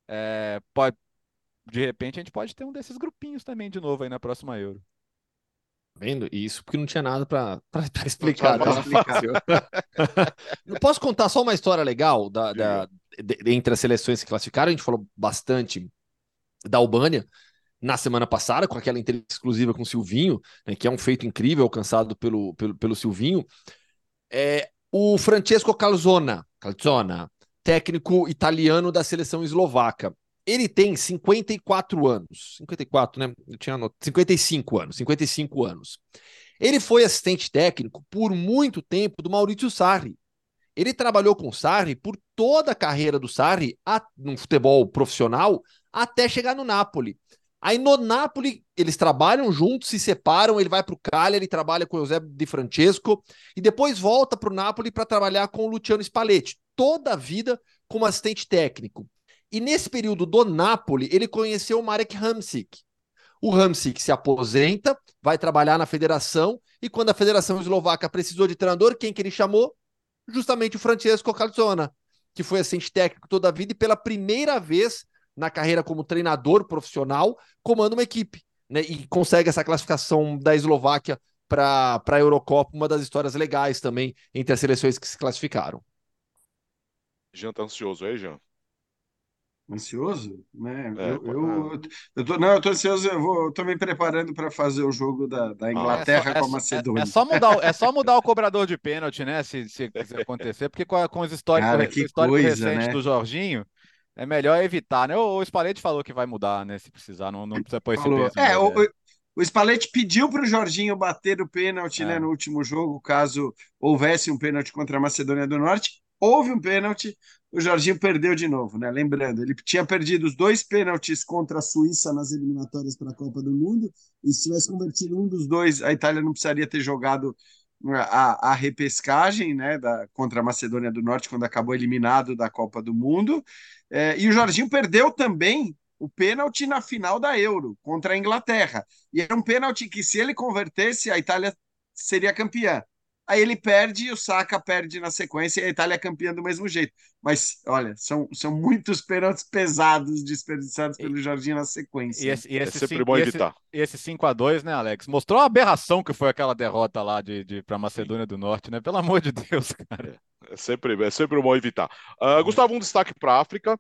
É, pode, de repente, a gente pode ter um desses grupinhos também de novo aí na próxima Euro. Vendo? Isso porque não tinha nada para explicar. Pra Né? explicar. Eu posso contar só uma história legal da, da, Diga. de, de- entre as seleções que classificaram. A gente falou bastante da Albânia na semana passada, com aquela entrevista exclusiva com o Silvinho, né, que é um feito incrível alcançado pelo, pelo, pelo Silvinho. É, o Francesco Calzona, Calzona, técnico italiano da seleção eslovaca. Ele tem cinquenta e quatro anos. cinquenta e quatro, né? Eu tinha anotado. cinquenta e cinco anos. cinquenta e cinco anos. Ele foi assistente técnico por muito tempo do Maurizio Sarri. Ele trabalhou com o Sarri por toda a carreira do Sarri a, no futebol profissional até chegar no Napoli. Aí no Napoli eles trabalham juntos, se separam, ele vai para o Cagliari, ele trabalha com o José Di Francesco e depois volta para o Napoli para trabalhar com o Luciano Spalletti, toda a vida como assistente técnico. E nesse período do Napoli, ele conheceu o Marek Hamšík. O Hamšík se aposenta, vai trabalhar na federação e quando a Federação Eslovaca precisou de treinador, quem que ele chamou? Justamente o Francesco Calzona, que foi assistente técnico toda a vida e pela primeira vez na carreira como treinador profissional, comanda uma equipe, né? E consegue essa classificação da Eslováquia para a Eurocopa, uma das histórias legais também entre as seleções que se classificaram. Jean tá ansioso aí, Jean? Ansioso, né? É, Eu, pô, eu, eu tô, não, eu tô ansioso, eu vou, eu tô me preparando para fazer o jogo da, da ah, É só, Inglaterra é, com a só- é, é Macedônia. só mudar, o- é só mudar o cobrador de pênalti, né? Se, se quiser acontecer, porque com, a- com os históricos, Cara, com o que histórico coisa, recente né? do Jorginho, é melhor evitar, né? O, o Spalletti falou que vai mudar, né? Se precisar, não, não precisa pôr esse Falou. peso É, o, nele. o, o Spalletti pediu para o Jorginho bater o pênalti, né, É. no último jogo, caso houvesse um pênalti contra a Macedônia do Norte. Houve um pênalti, o Jorginho perdeu de novo, né? Lembrando, ele tinha perdido os dois pênaltis contra a Suíça nas eliminatórias para a Copa do Mundo, e se tivesse convertido um dos dois, a Itália não precisaria ter jogado a, a repescagem, né, da, contra a Macedônia do Norte, quando acabou eliminado da Copa do Mundo. É, e o Jorginho perdeu também o pênalti na final da Euro contra a Inglaterra. E era um pênalti que, se ele convertesse, a Itália seria campeã. Aí ele perde e o Saka perde na sequência e a Itália é campeã do mesmo jeito. Mas, olha, são, são muitos pênaltis pesados desperdiçados E, pelo Jorginho na e sequência. esse, e é esse, sempre cin- bom e esse, evitar. e esse cinco a dois, né, Alex? Mostrou a aberração que foi aquela derrota lá de, de, para Sim. Macedônia do Norte, né? Pelo amor de Deus, cara. É, é sempre, é sempre bom evitar. Ah, Gustavo, um destaque para a África.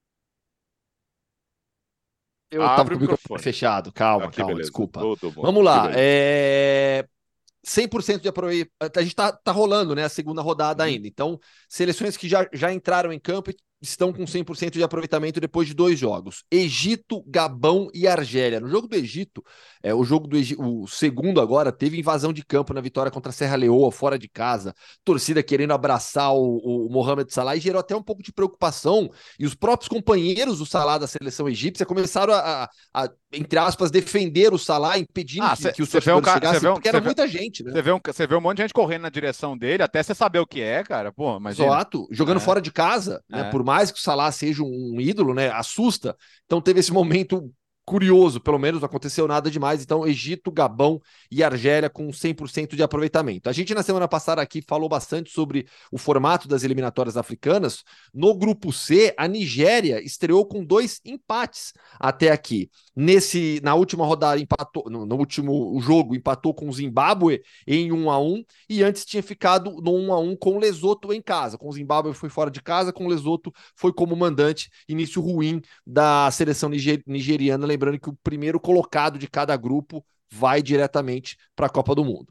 Eu tava Abre com o o microfone microfone. fechado, calma, Aqui, calma, beleza. desculpa. Tudo bom. Vamos Que lá, beleza. é... cem por cento de aproveitamento. A gente tá, tá rolando, né, a segunda rodada Uhum. ainda. Então, seleções que já, já entraram em campo estão com cem por cento de aproveitamento depois de dois jogos. Egito, Gabão e Argélia. No jogo do Egito, é, o jogo do Egito, o segundo agora, teve invasão de campo na vitória contra a Serra Leoa, fora de casa. Torcida querendo abraçar o, o Mohamed Salah e gerou até um pouco de preocupação. E os próprios companheiros do Salah da seleção egípcia começaram a, a, a entre aspas, defender o Salah, impedindo Ah, que, cê, que os cê vê um torcedores ca- chegassem, cê vê um- porque cê era vê- muita gente, né? Você vê, um, você vê um monte de gente correndo na direção dele, até você saber o que é, cara. Pô, imagina. Exato, jogando É. fora de casa, né? É. Por mais que o Salah seja um ídolo, né? Assusta. Então teve esse momento curioso, pelo menos não aconteceu nada demais. Então, Egito, Gabão e Argélia com cem por cento de aproveitamento. A gente na semana passada aqui falou bastante sobre o formato das eliminatórias africanas. No grupo C, a Nigéria estreou com dois empates até aqui. Nesse, na última rodada empatou, no, no último jogo empatou com o Zimbábue em um a um e antes tinha ficado no um a um com o Lesoto em casa. Com o Zimbábue foi fora de casa, com o Lesoto foi como mandante. Início ruim da seleção niger nigeriana, lembrando que o primeiro colocado de cada grupo vai diretamente para a Copa do Mundo.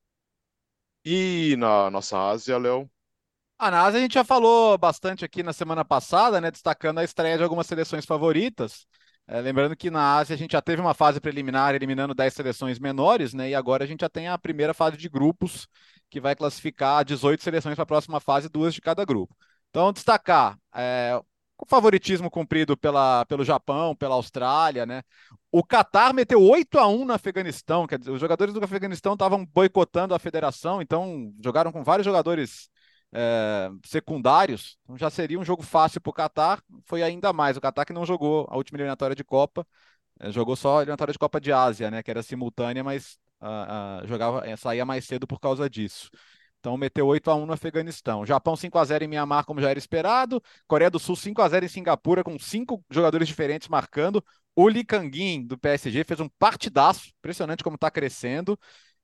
E na nossa Ásia, Léo? A NASA a gente já falou bastante aqui na semana passada, né, destacando a estreia de algumas seleções favoritas. É, lembrando que na Ásia a gente já teve uma fase preliminar eliminando dez seleções menores, né, e agora a gente já tem a primeira fase de grupos, que vai classificar dezoito seleções para a próxima fase, duas de cada grupo. Então, destacar é, o favoritismo cumprido pela, pelo Japão, pela Austrália, né? O Catar meteu oito a um no Afeganistão, quer dizer, os jogadores do Afeganistão estavam boicotando a federação, então jogaram com vários jogadores é, secundários, então já seria um jogo fácil para o Catar, foi ainda mais, o Catar que não jogou a última eliminatória de Copa, é, jogou só a eliminatória de Copa de Ásia, né, que era simultânea, mas uh, uh, jogava, é, saía mais cedo por causa disso. Então meteu oito a um no Afeganistão. Japão cinco a zero em Mianmar, como já era esperado. Coreia do Sul cinco a zero em Singapura, com cinco jogadores diferentes marcando. O Lee Kang-in, do P S G, fez um partidaço. Impressionante como está crescendo.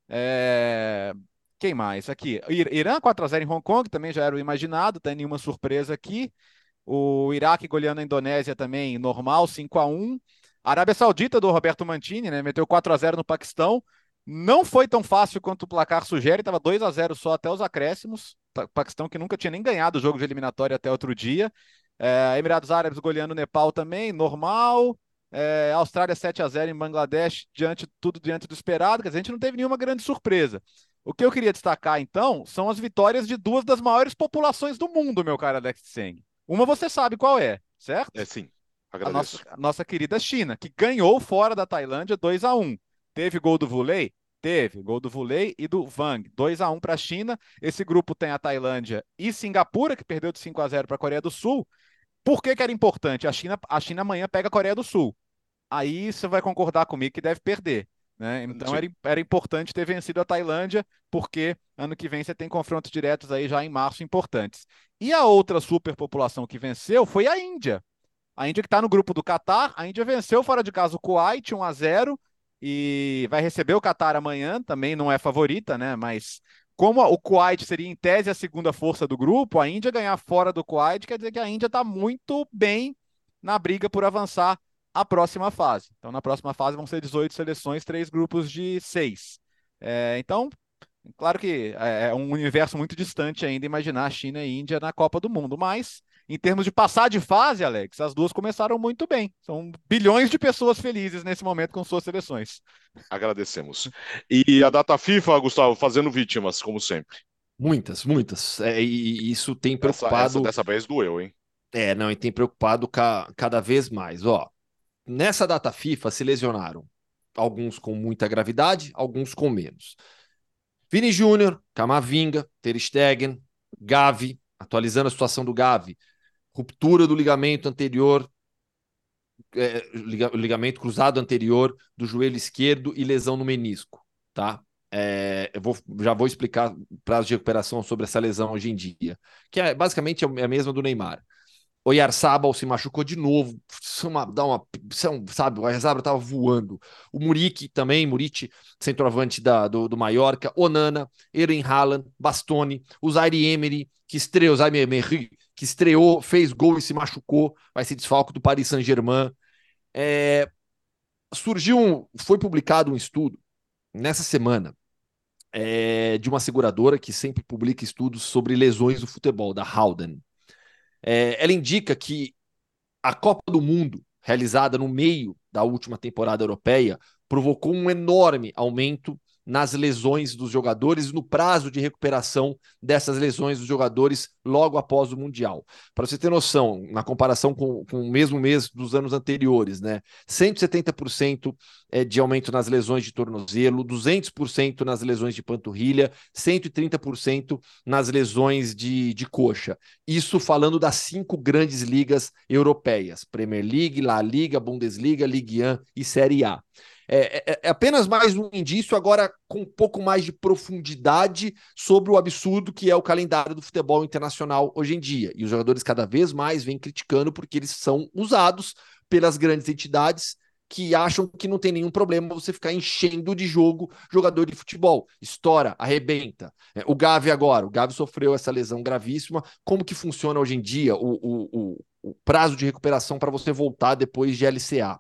É... Quem mais? Aqui. Irã quatro a zero em Hong Kong, também já era o imaginado, tem nenhuma surpresa aqui. O Iraque goleando a Indonésia também, normal, cinco a um. A Arábia Saudita, do Roberto Mantini, né, meteu quatro a zero no Paquistão. Não foi tão fácil quanto o placar sugere, estava dois a zero só até os acréscimos. O Paquistão que nunca tinha nem ganhado o jogo de eliminatória até outro dia. É, Emirados Árabes goleando o Nepal também, normal. É, Austrália sete a zero em Bangladesh, diante, tudo diante do esperado. Quer dizer, a gente não teve nenhuma grande surpresa. O que eu queria destacar, então, são as vitórias de duas das maiores populações do mundo, meu caro Alex Tseng. Uma você sabe qual é, certo? É sim, A agradeço. nossa, a nossa querida China, que ganhou fora da Tailândia dois a um. Teve gol do Vulei? Teve. Gol do Vulei e do Wang. dois a um para a China. Esse grupo tem a Tailândia e Singapura, que perdeu de cinco a zero para a Coreia do Sul. Por que que era importante? A China, a China amanhã pega a Coreia do Sul. Aí você vai concordar comigo que deve perder, né? Então era, era importante ter vencido a Tailândia, porque ano que vem você tem confrontos diretos aí já em março importantes. E a outra superpopulação que venceu foi a Índia. A Índia que está no grupo do Catar, a Índia venceu fora de casa o Kuwait um a zero e vai receber o Catar amanhã, também não é favorita, né? Mas como o Kuwait seria em tese a segunda força do grupo, a Índia ganhar fora do Kuwait quer dizer que a Índia está muito bem na briga por avançar a próxima fase. Então, na próxima fase vão ser dezoito seleções, três grupos de seis. É, então, claro que é um universo muito distante ainda imaginar China e Índia na Copa do Mundo, mas em termos de passar de fase, Alex, as duas começaram muito bem. São bilhões de pessoas felizes nesse momento com suas seleções. Agradecemos. E a data FIFA, Gustavo, fazendo vítimas, como sempre. Muitas, muitas. É, e isso tem Essa, essa preocupado. dessa vez doeu, hein? É, não, e tem preocupado ca... cada vez mais. Ó, nessa data FIFA se lesionaram alguns com muita gravidade, alguns com menos. Vini Júnior, Camavinga, Ter Stegen, Gavi, atualizando a situação do Gavi, ruptura do ligamento anterior, é, ligamento cruzado anterior do joelho esquerdo e lesão no menisco, tá? É, eu vou, já vou explicar prazo de recuperação sobre essa lesão hoje em dia, que é basicamente é a mesma do Neymar. O Oyarzabal se machucou de novo, uma, dá uma, sabe, o Oyarzabal estava voando. O Muriqi também, Muriqi, centroavante da, do, do Mallorca, Onana, Erling Haaland, Bastoni, o Zaire Emery, que estreou, o Zaire Emery, que estreou, fez gol e se machucou, vai ser desfalco do Paris Saint-Germain. É, surgiu, um, foi publicado um estudo nessa semana é, de uma seguradora que sempre publica estudos sobre lesões do futebol, da Howden. É, ela indica que a Copa do Mundo, realizada no meio da última temporada europeia, provocou um enorme aumento nas lesões dos jogadores e no prazo de recuperação dessas lesões dos jogadores logo após o Mundial. Para você ter noção, na comparação com, com o mesmo mês dos anos anteriores, né? cento e setenta por cento de aumento nas lesões de tornozelo, duzentos por cento nas lesões de panturrilha, cento e trinta por cento nas lesões de, de coxa. Isso falando das cinco grandes ligas europeias: Premier League, La Liga, Bundesliga, Ligue um e Série A. É, é, é apenas mais um indício, agora com um pouco mais de profundidade sobre o absurdo que é o calendário do futebol internacional hoje em dia. E os jogadores cada vez mais vêm criticando porque eles são usados pelas grandes entidades que acham que não tem nenhum problema você ficar enchendo de jogo jogador de futebol. Estoura, arrebenta. É, o Gavi agora, o Gavi sofreu essa lesão gravíssima. Como que funciona hoje em dia o, o, o, o prazo de recuperação para você voltar depois de L C A?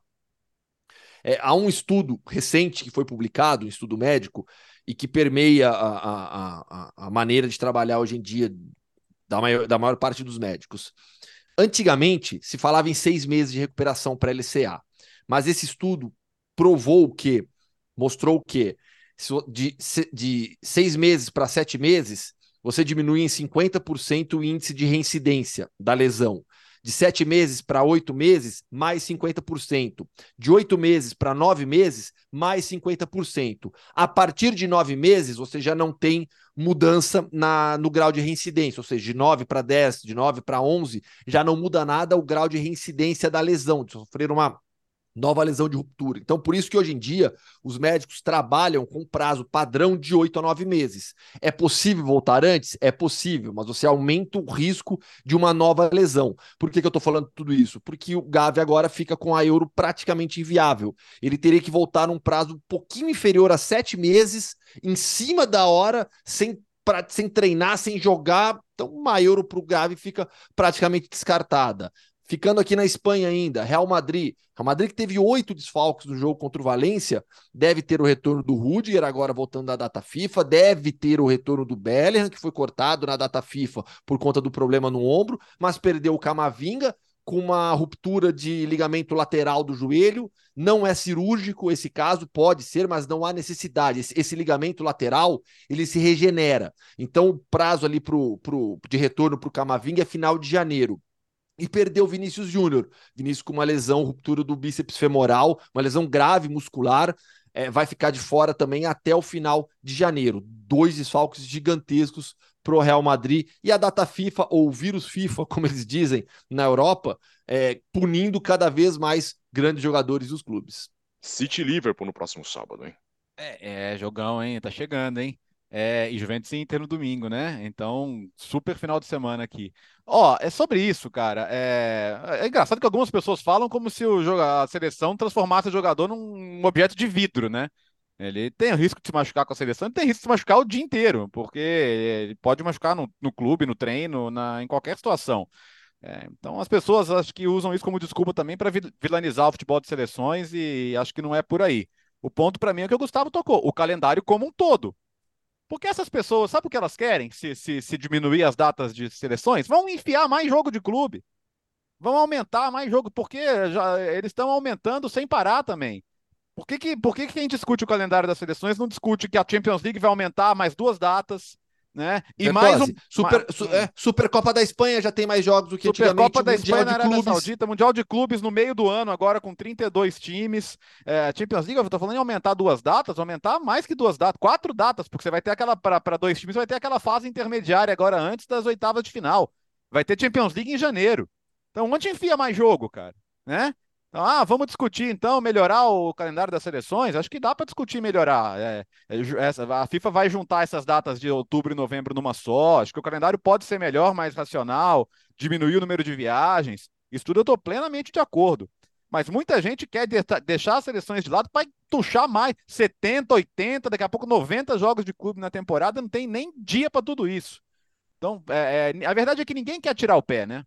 É, há um estudo recente que foi publicado, um estudo médico, e que permeia a, a, a, a maneira de trabalhar hoje em dia da maior, da maior parte dos médicos. Antigamente, se falava em seis meses de recuperação para L C A, mas esse estudo provou o quê? Mostrou o quê? De, de seis meses para sete meses, você diminui em cinquenta por cento o índice de reincidência da lesão. De sete meses para oito meses, mais cinquenta por cento. De oito meses para nove meses, mais cinquenta por cento. A partir de nove meses, você já não tem mudança na, no grau de reincidência, ou seja, de nove para dez, de nove para onze, já não muda nada o grau de reincidência da lesão, de sofrer uma nova lesão de ruptura. Então, por isso que hoje em dia os médicos trabalham com prazo padrão de oito a nove meses. É possível voltar antes? É possível, mas você aumenta o risco de uma nova lesão. Por que que eu estou falando tudo isso? Porque o Gavi agora fica com a Euro praticamente inviável. Ele teria que voltar num prazo um pouquinho inferior a sete meses, em cima da hora, sem Pra, sem treinar, sem jogar. Então uma Euro para o Gavi fica praticamente descartada. Ficando aqui na Espanha ainda, Real Madrid. Real Madrid que teve oito desfalques no jogo contra o Valência, deve ter o retorno do Rudiger, agora voltando da data FIFA, deve ter o retorno do Bellingham, que foi cortado na data FIFA por conta do problema no ombro, mas perdeu o Camavinga, com uma ruptura de ligamento lateral do joelho. Não é cirúrgico esse caso, pode ser, mas não há necessidade. Esse, esse ligamento lateral, ele se regenera. Então, o prazo ali pro, pro, de retorno para o Camavinga é final de janeiro. E perdeu o Vinícius Júnior. Vinícius com uma lesão, ruptura do bíceps femoral, uma lesão grave muscular, é, vai ficar de fora também até o final de janeiro. Dois desfalques gigantescos para o Real Madrid. E a data FIFA, ou o vírus FIFA, como eles dizem na Europa, é, punindo cada vez mais grandes jogadores dos clubes. City e Liverpool no próximo sábado, hein? É, é, jogão, hein? Tá chegando, hein? É, e Juventus e Inter no domingo, né? Então, super final de semana aqui. Ó, é sobre isso, cara. É, é engraçado que algumas pessoas falam como se o jogo, a seleção transformasse o jogador num objeto de vidro, né? Ele tem o risco de se machucar com a seleção, ele tem risco de se machucar o dia inteiro, porque ele pode machucar no, no clube, no treino, na, em qualquer situação. É, então, as pessoas acho que usam isso como desculpa também para vilanizar o futebol de seleções e acho que não é por aí. O ponto para mim é o que o Gustavo tocou, o calendário como um todo. Porque essas pessoas, sabe o que elas querem? Se, se, se diminuir as datas de seleções? Vão enfiar mais jogo de clube. Vão aumentar mais jogo, porque já, eles estão aumentando sem parar também. Por que, que, por que, que quem discute o calendário das seleções não discute que a Champions League vai aumentar mais duas datas, né? E mais um. Super, ma, su, é, Supercopa da Espanha já tem mais jogos do que Supercopa antigamente. da Espanha na Arábia clubes. Saudita, Mundial de Clubes no meio do ano, agora com trinta e dois times. É, Champions League, eu estou falando em aumentar duas datas, aumentar mais que duas datas, quatro datas, porque você vai ter aquela, para dois times, vai ter aquela fase intermediária agora antes das oitavas de final. Vai ter Champions League em janeiro. Então, onde enfia mais jogo, cara? Né? Então, ah, vamos discutir então melhorar o calendário das seleções? Acho que dá para discutir melhorar. É, é, essa, a FIFA vai juntar essas datas de outubro e novembro numa só. Acho que o calendário pode ser melhor, mais racional, diminuir o número de viagens. Isso tudo eu estou plenamente de acordo. Mas muita gente quer de deixar as seleções de lado para tuchar mais setenta, oitenta, daqui a pouco noventa jogos de clube na temporada. Não tem nem dia para tudo isso. Então, é, é, a verdade é que ninguém quer tirar o pé, né?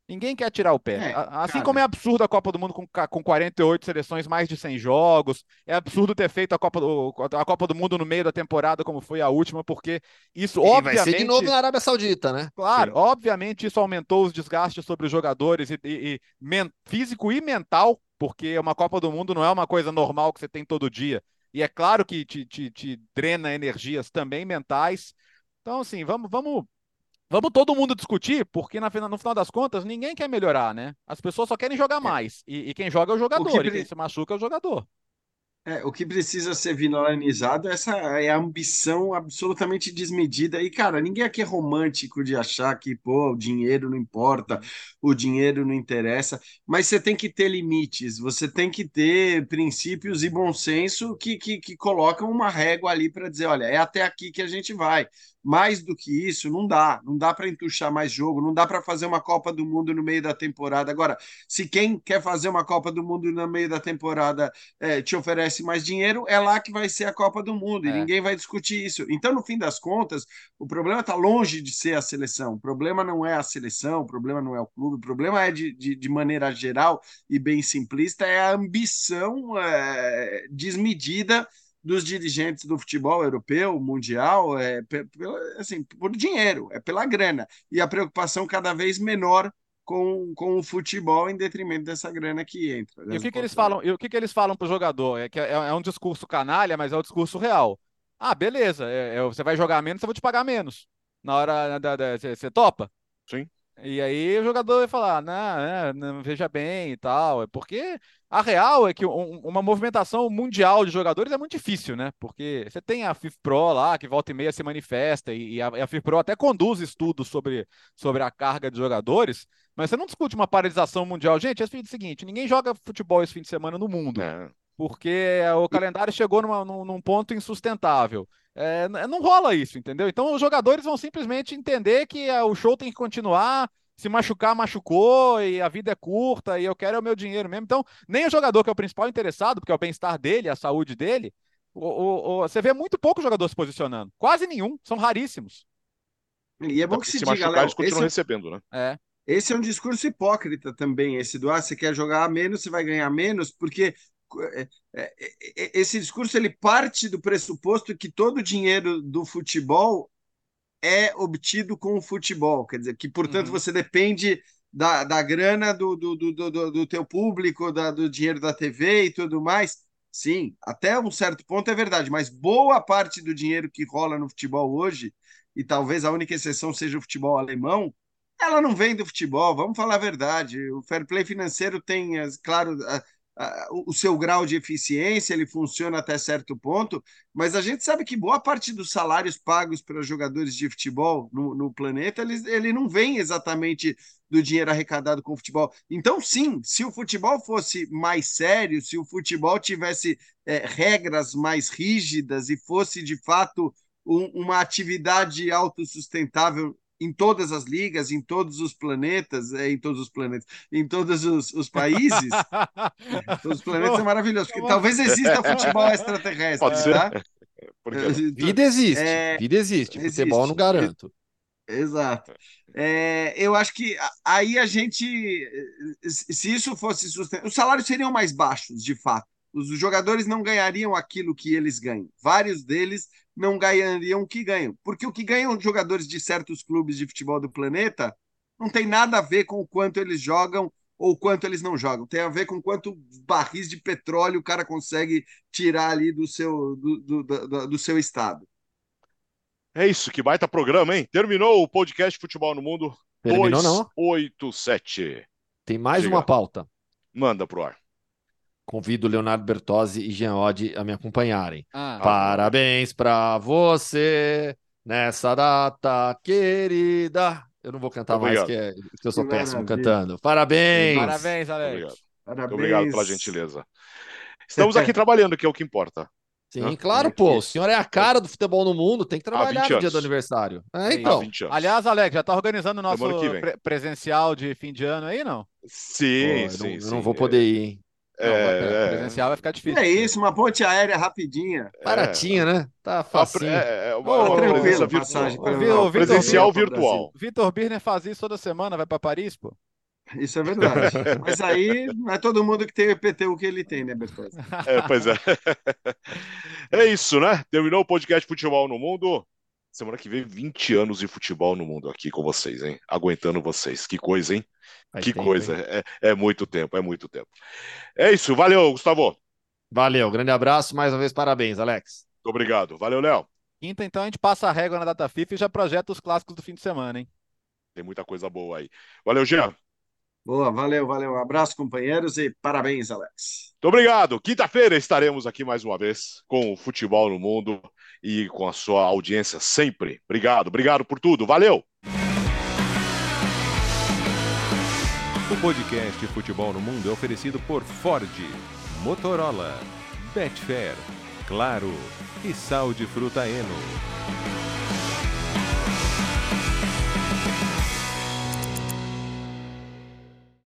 Ninguém quer tirar o pé. É, A- Assim cara, como é absurdo a Copa do Mundo com, ca- com quarenta e oito seleções, mais de cem jogos, é absurdo ter feito a Copa do, a Copa do Mundo no meio da temporada, como foi a última, porque isso, E vai ser de novo obviamente, na Arábia Saudita, né? claro, Sim. obviamente isso aumentou os desgastes sobre os jogadores, e, e- e men- físico e mental, porque uma Copa do Mundo não é uma coisa normal que você tem todo dia. E é claro que te, te- te drena energias também mentais. Então, assim, vamos, vamos Vamos todo mundo discutir, porque na fina- no final das contas ninguém quer melhorar, né? As pessoas só querem jogar é, mais. E, e quem joga é o o que, jogador, e quem pre- se machuca é o jogador. É, o que precisa ser vilanizado essa é a ambição absolutamente desmedida. E, cara, ninguém aqui é romântico de achar que, pô, o dinheiro não importa, o dinheiro não interessa, mas você tem que ter limites, você tem que ter princípios e bom senso que, que, que colocam uma régua ali para dizer, olha, é até aqui que a gente vai. Mais do que isso, não dá. Não dá para entuchar mais jogo, não dá para fazer uma Copa do Mundo no meio da temporada. Agora, se quem quer fazer uma Copa do Mundo no meio da temporada é, te oferece mais dinheiro, é lá que vai ser a Copa do Mundo e É. ninguém vai discutir isso. Então, no fim das contas, o problema está longe de ser a seleção. O problema não é a seleção, o problema não é o clube, o problema é, de, de, de maneira geral e bem simplista, é a ambição é, desmedida dos dirigentes do futebol europeu, mundial, é, assim, por dinheiro, é pela grana. E a preocupação cada vez menor com, com o futebol em detrimento dessa grana que entra. E o que que eles Desnecessário. falam? E o que que eles falam pro jogador? É que é, é um discurso canalha, mas é o discurso real. Ah, beleza, é- é- você vai jogar menos, eu vou te pagar menos. Na hora da, da- você você topa? Sim. E aí o jogador vai falar, não, é, não, veja bem e tal. É porque a real é que um- uma movimentação mundial de jogadores é muito difícil, né? Porque você tem a FIFPro lá, que volta e meia se manifesta, e, e a, e a FIFPro até conduz estudos sobre, sobre a carga de jogadores, mas você não discute uma paralisação mundial. Gente, é o seguinte, ninguém joga futebol esse fim de semana no mundo É. porque o calendário chegou numa- num, num ponto insustentável. É, n- não rola isso, entendeu? Então os jogadores vão simplesmente entender que ah, o show tem que continuar. Se machucar, machucou, e a vida é curta, e eu quero é o meu dinheiro mesmo. Então, nem o jogador, que é o principal interessado, porque é o bem-estar dele, a saúde dele, o, o- o- você vê muito pouco jogador se posicionando. Quase nenhum, são raríssimos. E é Até bom que porque se se diga, machucar, eles Léo, esse continuam é, recebendo, né? É. esse é um discurso hipócrita também, esse do ah, você quer jogar menos, você vai ganhar menos, porque é, é, é, esse discurso ele parte do pressuposto que todo o dinheiro do futebol é obtido com o futebol, quer dizer, que portanto Uhum. você depende da, da grana do, do, do, do, do teu público, da, do dinheiro da T V e tudo mais. Sim, até um certo ponto é verdade, mas boa parte do dinheiro que rola no futebol hoje, e talvez a única exceção seja o futebol alemão, ela não vem do futebol, vamos falar a verdade. O fair play financeiro tem, as- claro, a- a- o seu grau de eficiência, ele funciona até certo ponto, mas a gente sabe que boa parte dos salários pagos para jogadores de futebol no, no planeta, eles, ele não vem exatamente do dinheiro arrecadado com o futebol. Então, sim, se o futebol fosse mais sério, se o futebol tivesse é, regras mais rígidas e fosse de fato um, uma atividade autossustentável em todas as ligas, em todos os planetas, é, em todos os planetas, em todos os, os países, todos os planetas é Vamos- maravilhoso, porque vamos- talvez exista futebol Pode extraterrestre, ser? tá? Por que não? Vida existe, É, vida existe. Futebol eu não existe. garanto. Exato. É, eu acho que a- aí a gente, se isso fosse sustentável, os salários seriam mais baixos, de fato. Os jogadores não ganhariam aquilo que eles ganham. Vários deles não ganhariam o que ganham. Porque o que ganham os jogadores de certos clubes de futebol do planeta não tem nada a ver com o quanto eles jogam ou o quanto eles não jogam. Tem a ver com quanto barris de petróleo o cara consegue tirar ali do seu, do, do, do, do seu estado. É isso, que baita programa, hein? Terminou o podcast Futebol no Mundo Terminou, não? duzentos e oitenta e sete. Tem mais uma Diga, pauta. manda pro ar. Convido Leonardo Bertozzi e Jean Oddi a me acompanharem. Ah, Agora. Parabéns pra você nessa data querida. Eu não vou cantar mais, Obrigado. que, é, que eu sou Que péssimo maravilha. cantando. Parabéns! parabéns, Obrigado. Alex. Muito obrigado pela Parabéns. gentileza. Estamos aqui trabalhando, que é o que importa. Sim, Né? claro, pô. O senhor é a cara do futebol no mundo, tem que trabalhar vinte no dia anos. do aniversário. É, É então. Há vinte anos. Aliás, Alex, já tá organizando o nosso Semana que vem. pre- presencial de fim de ano aí, não? Pô, Sim, eu, sim, não, eu sim. não vou poder ir, hein? Não, vai- É, é, presencial vai ficar E difícil. é isso, uma ponte aérea rapidinha. Baratinha, né? Tá é, facinho. é, é uma, Ô, é uma tranquilo, presença passagem virtual. para Ô, a Vi- Europa, ô, Vitor, Presencial Europa, Brasil. virtual. Vitor Birner faz isso toda semana, vai pra Paris, pô. Isso é verdade. Mas aí não é todo mundo que tem o I P T U que ele tem, né, Bertozzi? É, pois é. É isso, né? Terminou o podcast Futebol no Mundo. Semana que vem, vinte anos de futebol no mundo aqui com vocês, hein? Aguentando vocês. Que coisa, hein? Faz Que tempo, coisa. hein? É, é muito tempo, é muito tempo. É isso. Valeu, Gustavo. Muito Valeu, grande abraço, mais uma vez parabéns, Alex. obrigado. Valeu, Léo. Quinta, então, a gente passa a régua na data FIFA e já projeta os clássicos do fim de semana, hein? Tem muita coisa boa aí. Valeu, Jean. Muito Boa, valeu, valeu. Um abraço, companheiros, e parabéns, Alex. obrigado. Quinta-feira estaremos aqui mais uma vez com o Futebol no Mundo e com a sua audiência sempre. Obrigado, obrigado por tudo. Valeu. O podcast Futebol no Mundo é oferecido por Ford, Motorola, Betfair, Claro e Sal de Fruta Eno.